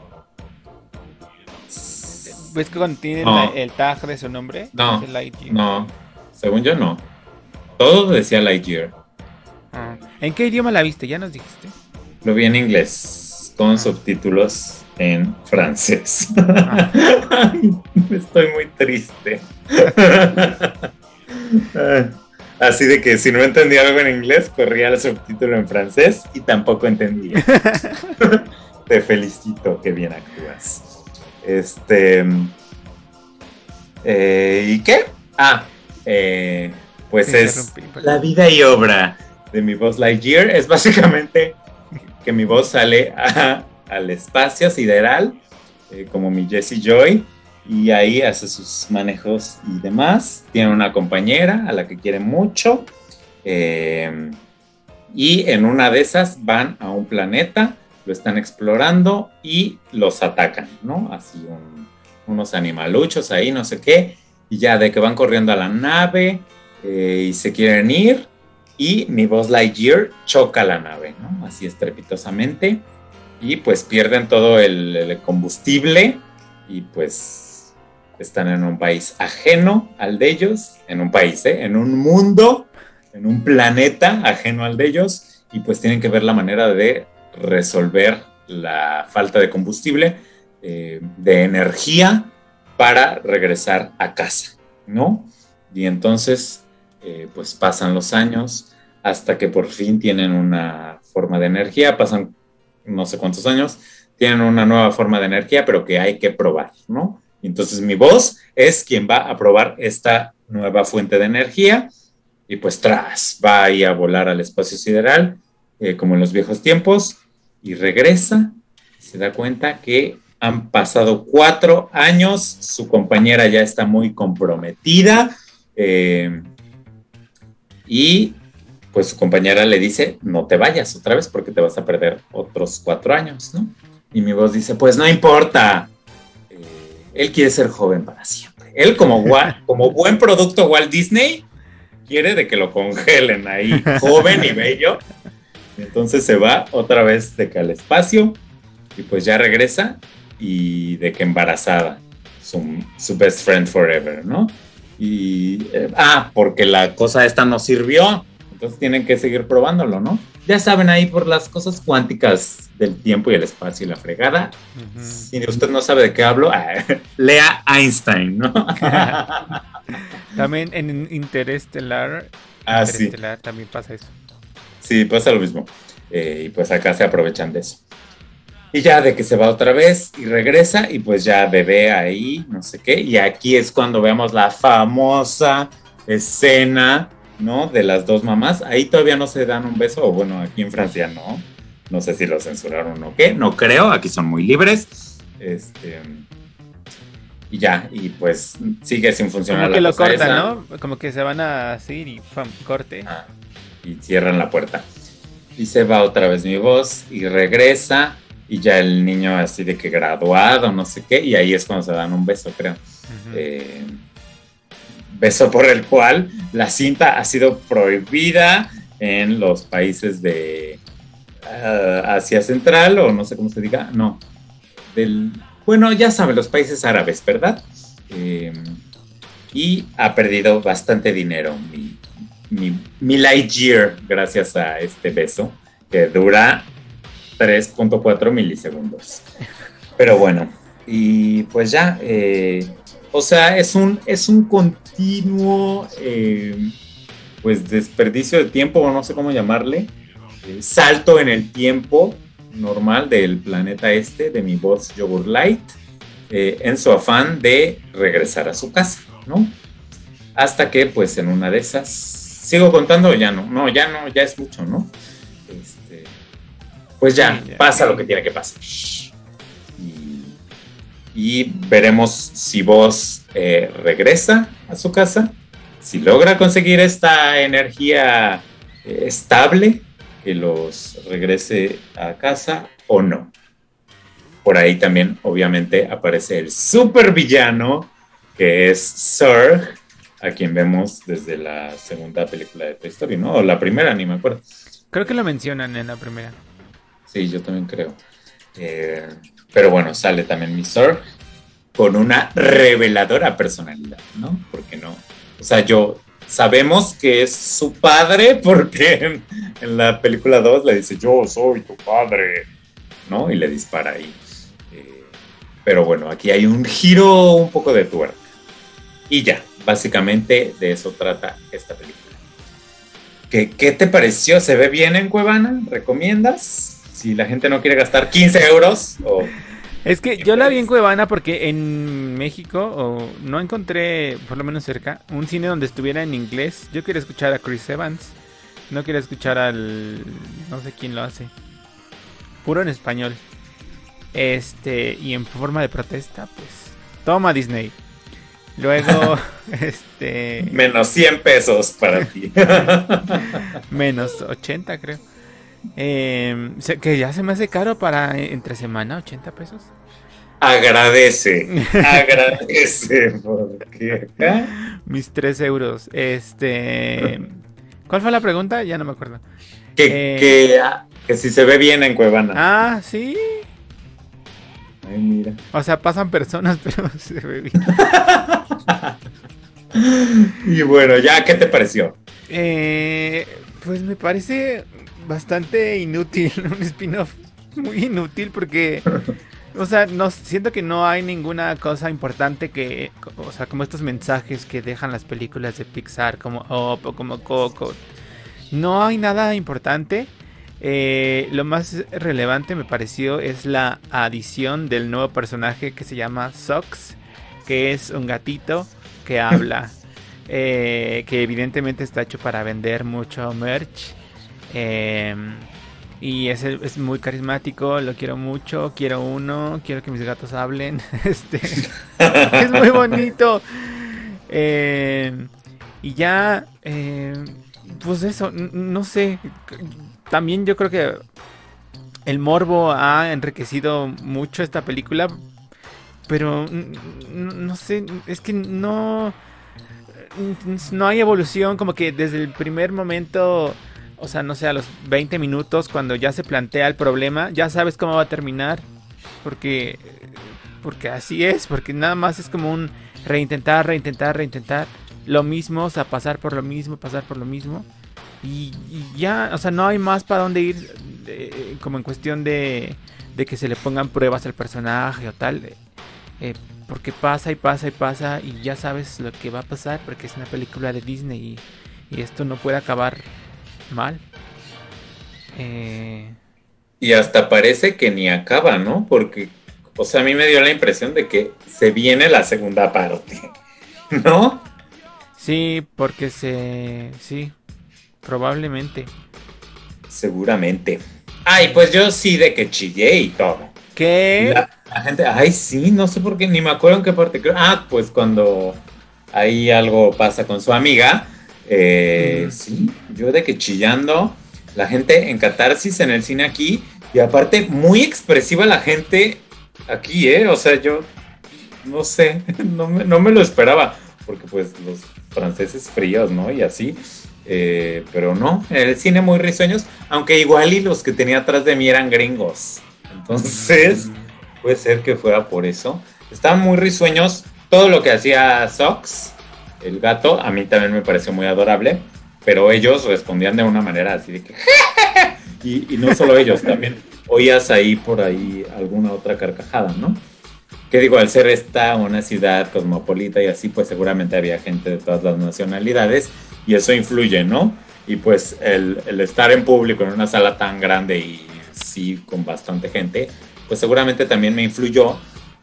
¿Ves que cuando tienen el tag de su nombre? No, según yo no. Todo decía Lightyear. ¿En qué idioma la viste? ¿Ya nos dijiste? Lo vi en inglés, con subtítulos en francés. Estoy muy triste. Así de que si no entendía algo en inglés, corría el subtítulo en francés y tampoco entendía. Te felicito, que bien actúas. ¿Y qué? Pues es la vida y obra de mi Buzz Lightyear. Es básicamente que mi Buzz sale al espacio sideral, como mi Jessie Joy, y ahí hace sus manejos y demás. Tiene una compañera a la que quiere mucho, y en una de esas van a un planeta, lo están explorando y los atacan, ¿no? Así unos animaluchos ahí, no sé qué, y ya de que van corriendo a la nave y se quieren ir, y mi Buzz Lightyear choca la nave, ¿no? Así estrepitosamente, y pues pierden todo el combustible, y pues están en un país ajeno al de ellos, en un país, en un mundo, en un planeta ajeno al de ellos, y pues tienen que ver la manera de resolver la falta de combustible, de energía, para regresar a casa, ¿no? Y entonces pues pasan los años hasta que por fin tienen una forma de energía, pasan no sé cuántos años, tienen una nueva forma de energía, pero que hay que probar, ¿no? Y entonces mi Buzz es quien va a probar esta nueva fuente de energía, y pues va ahí a volar al espacio sideral, como en los viejos tiempos, y regresa, se da cuenta que han pasado 4 años, su compañera ya está muy comprometida, y pues su compañera le dice, no te vayas otra vez porque te vas a perder otros 4 años, ¿no? Y mi Buzz dice, pues no importa, él quiere ser joven para siempre. Él como buen producto Walt Disney, quiere de que lo congelen ahí, joven y bello. Y entonces se va otra vez de que al espacio, y pues ya regresa, y de que embarazada, su best friend forever, ¿no? Y, porque la cosa esta no sirvió, entonces tienen que seguir probándolo, ¿no? Ya saben, ahí por las cosas cuánticas del tiempo y el espacio y la fregada. Uh-huh. Si usted no sabe de qué hablo, lea Einstein, ¿no? También en Interestelar, sí. También pasa eso. Sí, pasa lo mismo. Y pues acá se aprovechan de eso. Y ya de que se va otra vez y regresa, y pues ya bebé ahí, no sé qué. Y aquí es cuando vemos la famosa escena, ¿no? De las dos mamás. Ahí todavía no se dan un beso, o bueno, aquí en Francia no. No sé si lo censuraron o qué, no creo, aquí son muy libres. Y ya, y pues sigue sin funcionar. Como que lo cortan, esa, ¿no? Como que se van a ir y ¡pam! Corte. Y cierran la puerta. Y se va otra vez mi Buzz y regresa, y ya el niño así de que graduado, no sé qué, y ahí es cuando se dan un beso, creo. Uh-huh. Beso por el cual la cinta ha sido prohibida en los países de Asia Central, o no sé cómo se diga, no, bueno, ya saben, los países árabes, ¿verdad? Y ha perdido bastante dinero mi Lightyear gracias a este beso, que dura 3.4 milisegundos. Pero bueno, y pues ya, o sea, es un continuo pues desperdicio de tiempo, o no sé cómo llamarle, salto en el tiempo normal del planeta de mi Buzz Yogurt Light, en su afán de regresar a su casa, ¿no? Hasta que, pues, en una de esas, ¿sigo contando o ya no? No, ya es mucho, ¿no? Pues ya, pasa lo que tiene que pasar. Y veremos si Buzz regresa a su casa, si logra conseguir esta energía estable que los regrese a casa o no. Por ahí también, obviamente, aparece el supervillano, que es Zurg, a quien vemos desde la segunda película de Toy Story, ¿no? O la primera, ni me acuerdo. Creo que lo mencionan en la primera. Sí, yo también creo. Pero bueno, sale también mi Zurg con una reveladora personalidad, ¿no? Porque no. O sea, sabemos que es su padre porque en la película 2 le dice, yo soy tu padre, ¿no? Y le dispara ahí. Pero bueno, aquí hay un giro un poco de tuerca. Y ya, básicamente de eso trata esta película. ¿Qué te pareció? ¿Se ve bien en Cuevana? ¿Recomiendas? Si la gente no quiere gastar 15 euros o... Es que yo la vi en Cuevana porque en México no encontré, por lo menos cerca, un cine donde estuviera en inglés. Yo quería escuchar a Chris Evans, no quería escuchar no sé quién lo hace, puro en español. Y en forma de protesta, pues, toma Disney. Luego, menos 100 pesos para ti. Menos 80, creo. Que ya se me hace caro para entre semana, 80 pesos. Agradece, porque acá... Mis 3 euros. ¿Cuál fue la pregunta? Ya no me acuerdo. Que si se ve bien en Cuevana. Ah, sí. Ay, mira. O sea, pasan personas, pero se ve bien. Y bueno, ya, ¿qué te pareció? Pues me parece bastante inútil, un spin-off muy inútil porque, o sea, siento que no hay ninguna cosa importante o sea, como estos mensajes que dejan las películas de Pixar, como Up o como Coco. No hay nada importante. Lo más relevante me pareció es la adición del nuevo personaje que se llama Socks, que es un gatito que habla, que evidentemente está hecho para vender mucho merch, y es muy carismático, lo quiero mucho, quiero que mis gatos hablen, es muy bonito, y ya, pues eso, no sé. También yo creo que el morbo ha enriquecido mucho esta película, pero no sé, es que no hay evolución, como que desde el primer momento, o sea, no sé, a los 20 minutos, cuando ya se plantea el problema, ya sabes cómo va a terminar, porque así es, porque nada más es como un reintentar, lo mismo, o sea, pasar por lo mismo. Y ya, o sea, no hay más para dónde ir, como en cuestión de que se le pongan pruebas al personaje o tal, porque pasa y ya sabes lo que va a pasar porque es una película de Disney y esto no puede acabar mal. Y hasta parece que ni acaba, ¿no? Porque, o sea, a mí me dio la impresión de que se viene la segunda parte, ¿no? Sí, porque sí. Probablemente. Seguramente. Ay, pues yo sí de que chillé y todo. ¿Qué? La gente, ay, sí, no sé por qué, ni me acuerdo en qué parte. Pues cuando ahí algo pasa con su amiga. Sí, yo de que chillando. La gente en catarsis en el cine aquí. Y aparte, muy expresiva la gente aquí, O sea, yo no sé, no me lo esperaba. Porque pues los franceses fríos, ¿no? Y así. Pero no, en el cine muy risueños, aunque igual y los que tenía atrás de mí eran gringos, entonces puede ser que fuera por eso. Estaban muy risueños, todo lo que hacía Socks, el gato, a mí también me pareció muy adorable, pero ellos respondían de una manera así de que y no solo ellos, también oías por ahí alguna otra carcajada, ¿no? Que digo, al ser esta una ciudad cosmopolita y así, pues seguramente había gente de todas las nacionalidades y eso influye, ¿no? Y pues el estar en público en una sala tan grande y sí con bastante gente, pues seguramente también me influyó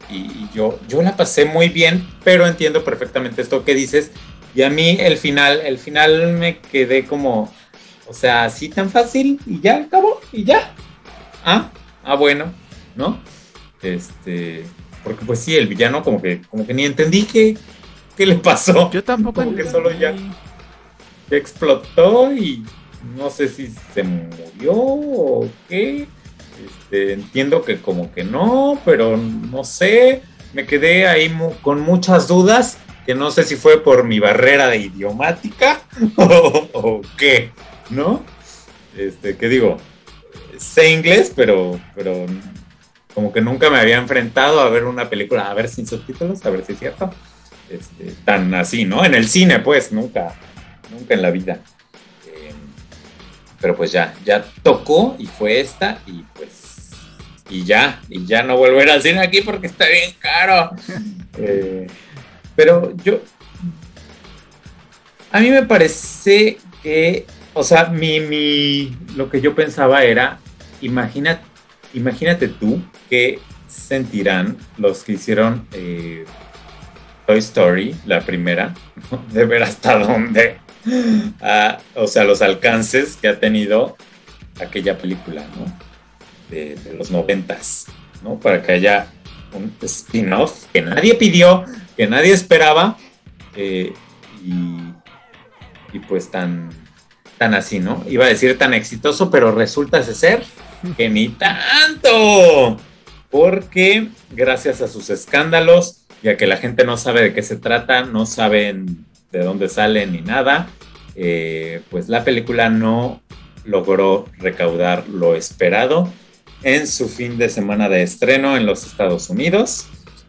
y yo la pasé muy bien, pero entiendo perfectamente esto que dices. Y a mí el final me quedé como, o sea, así tan fácil y ya acabó y ya. Bueno, ¿no? Porque pues sí, el villano como que ni entendí qué le pasó. Yo tampoco como entendí. que solo ya explotó y no sé si se murió o qué. Entiendo que como que no, pero no sé. Me quedé ahí con muchas dudas, que no sé si fue por mi barrera de idiomática o qué, ¿no? ¿Qué digo? Sé inglés, pero como que nunca me había enfrentado a ver una película, a ver sin subtítulos, a ver si es cierto. Tan así, ¿no? En el cine, pues, nunca en la vida. Pero pues ya tocó y fue esta y pues y ya no vuelvo a ir al cine aquí porque está bien caro. Pero a mí me parece que, o sea, lo que yo pensaba era, imagínate tú qué sentirán los que hicieron Toy Story, la primera, ¿no? De ver hasta dónde, o sea, los alcances que ha tenido aquella película, ¿no? De los 90s, ¿no? Para que haya un spin-off que nadie pidió, que nadie esperaba, y pues tan así, ¿no? Iba a decir tan exitoso, pero resulta ser que ni tanto, porque gracias a sus escándalos, ya que la gente no sabe de qué se trata, no saben de dónde salen ni nada, pues la película no logró recaudar lo esperado en su fin de semana de estreno en los Estados Unidos.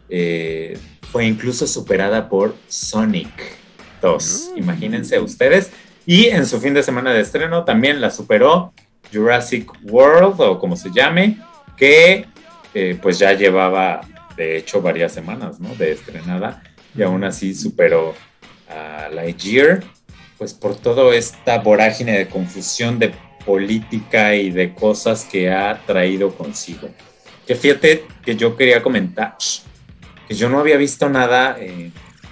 Fue incluso superada por Sonic 2, imagínense ustedes, y en su fin de semana de estreno también la superó Jurassic World, o como se llame, que pues ya llevaba de hecho varias semanas, ¿no?, de estrenada, y aún así superó a Lightyear, pues por toda esta vorágine de confusión de política y de cosas que ha traído consigo. Que fíjate que yo quería comentar que yo no había visto nada de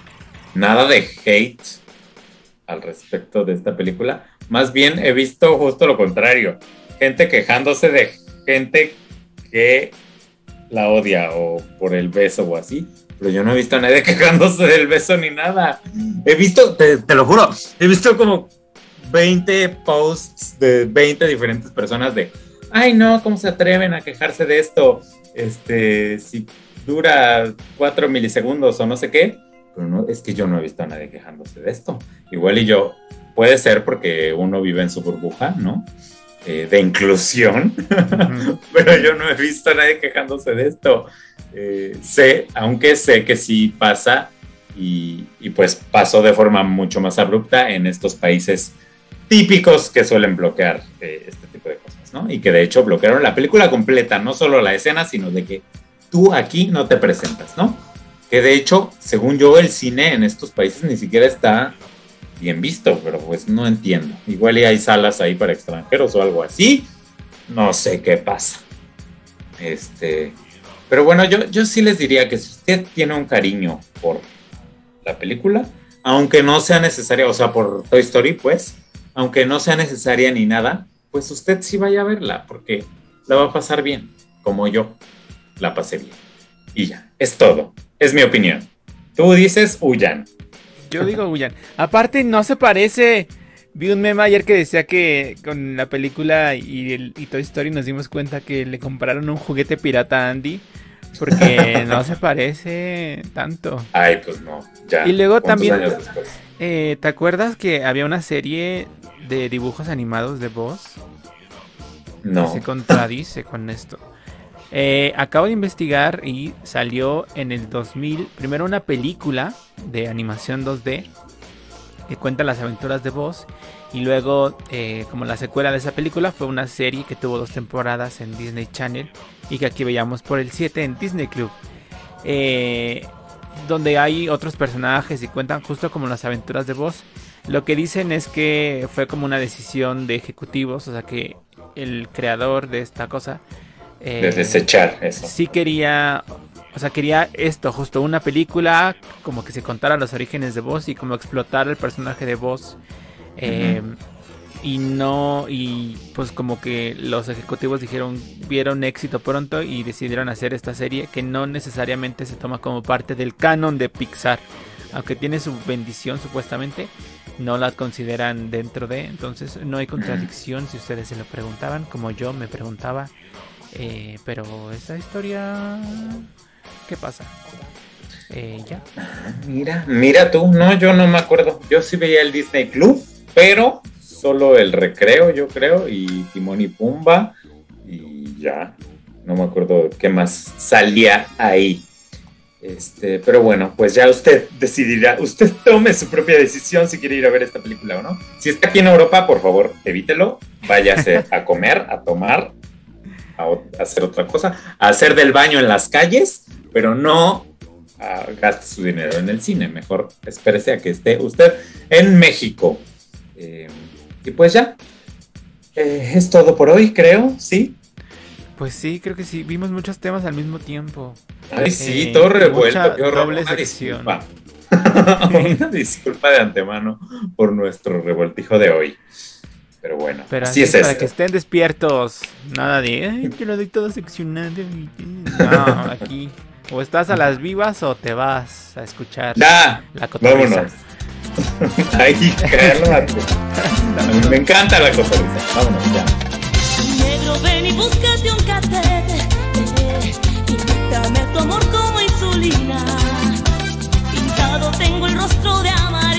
hate al respecto de esta película. Más bien he visto justo lo contrario, gente quejándose de gente que la odia o por el beso o así, pero yo no he visto a nadie quejándose del beso ni nada. He visto, te lo juro, he visto como 20 posts de 20 diferentes personas de, ay no, ¿cómo se atreven a quejarse de esto? Si dura 4 milisegundos o no sé qué, pero no, es que yo no he visto a nadie quejándose de esto. Igual y yo, puede ser porque uno vive en su burbuja, ¿no? De inclusión, pero yo no he visto a nadie quejándose de esto. Aunque sé que sí pasa y pues pasó de forma mucho más abrupta en estos países típicos que suelen bloquear este tipo de cosas, ¿no? Y que de hecho bloquearon la película completa, no solo la escena, sino de que tú aquí no te presentas, ¿no? Que de hecho, según yo, el cine en estos países ni siquiera está bien visto, pero pues no entiendo. Igual y hay salas ahí para extranjeros o algo así, no sé qué pasa. Pero bueno, yo sí les diría que si usted tiene un cariño por la película, aunque no sea necesaria, o sea, por Toy Story, pues, aunque no sea necesaria ni nada, pues usted sí vaya a verla, porque la va a pasar bien, como yo la pasé bien. Y ya, es todo, es mi opinión. Tú dices, huyan. Yo digo huyan. Aparte, no se parece. Vi un meme ayer que decía que con la película y Toy Story nos dimos cuenta que le compraron un juguete pirata a Andy. Porque no se parece tanto. Ay, pues no, ya. Y luego también, años después? ¿te acuerdas que había una serie de dibujos animados de Buzz? No. Que se contradice con esto. Acabo de investigar y salió en el 2000, primero una película de animación 2D que cuenta las aventuras de Buzz, y luego como la secuela de esa película fue una serie que tuvo 2 temporadas en Disney Channel y que aquí veíamos por el 7 en Disney Club, donde hay otros personajes y cuentan justo como las aventuras de Buzz. Lo que dicen es que fue como una decisión de ejecutivos, o sea que el creador de esta cosa de desechar eso. sí quería O sea, quería esto, justo una película como que se contara los orígenes de Buzz y como explotar el personaje de Buzz. Y pues como que los ejecutivos vieron éxito pronto y decidieron hacer esta serie que no necesariamente se toma como parte del canon de Pixar. Aunque tiene su bendición supuestamente, no la consideran dentro de. Entonces no hay contradicción si ustedes se lo preguntaban, como yo me preguntaba. Pero esa historia, ¿qué pasa? Ya. Mira tú, no, yo no me acuerdo. Yo sí veía el Disney Club, pero solo el Recreo, yo creo, y Timón y Pumba, y ya. No me acuerdo qué más salía ahí. Pero bueno, pues ya usted decidirá, usted tome su propia decisión si quiere ir a ver esta película o no. Si está aquí en Europa, por favor, evítelo, váyase a comer, a tomar, a hacer otra cosa, a hacer del baño en las calles, pero no gaste su dinero en el cine, mejor espérese a que esté usted en México. Y pues ya, es todo por hoy, creo, ¿sí? Pues sí, creo que sí, vimos muchos temas al mismo tiempo. Ay, sí, todo revuelto, qué horror. Doble sección. Una disculpa de antemano por nuestro revoltijo de hoy. Pero bueno, pero así es para esto. que estén despiertos. Nada de, ay, te lo doy todo seccionado. No, aquí o estás a las vivas o te vas a escuchar la cotorriza. Vámonos. Ay, cálmate. Me encanta la cotorriza. Vámonos ya. Negro, ven y búscate un catete. Inyéctame tu amor como insulina. Pintado tengo el rostro de amarillo.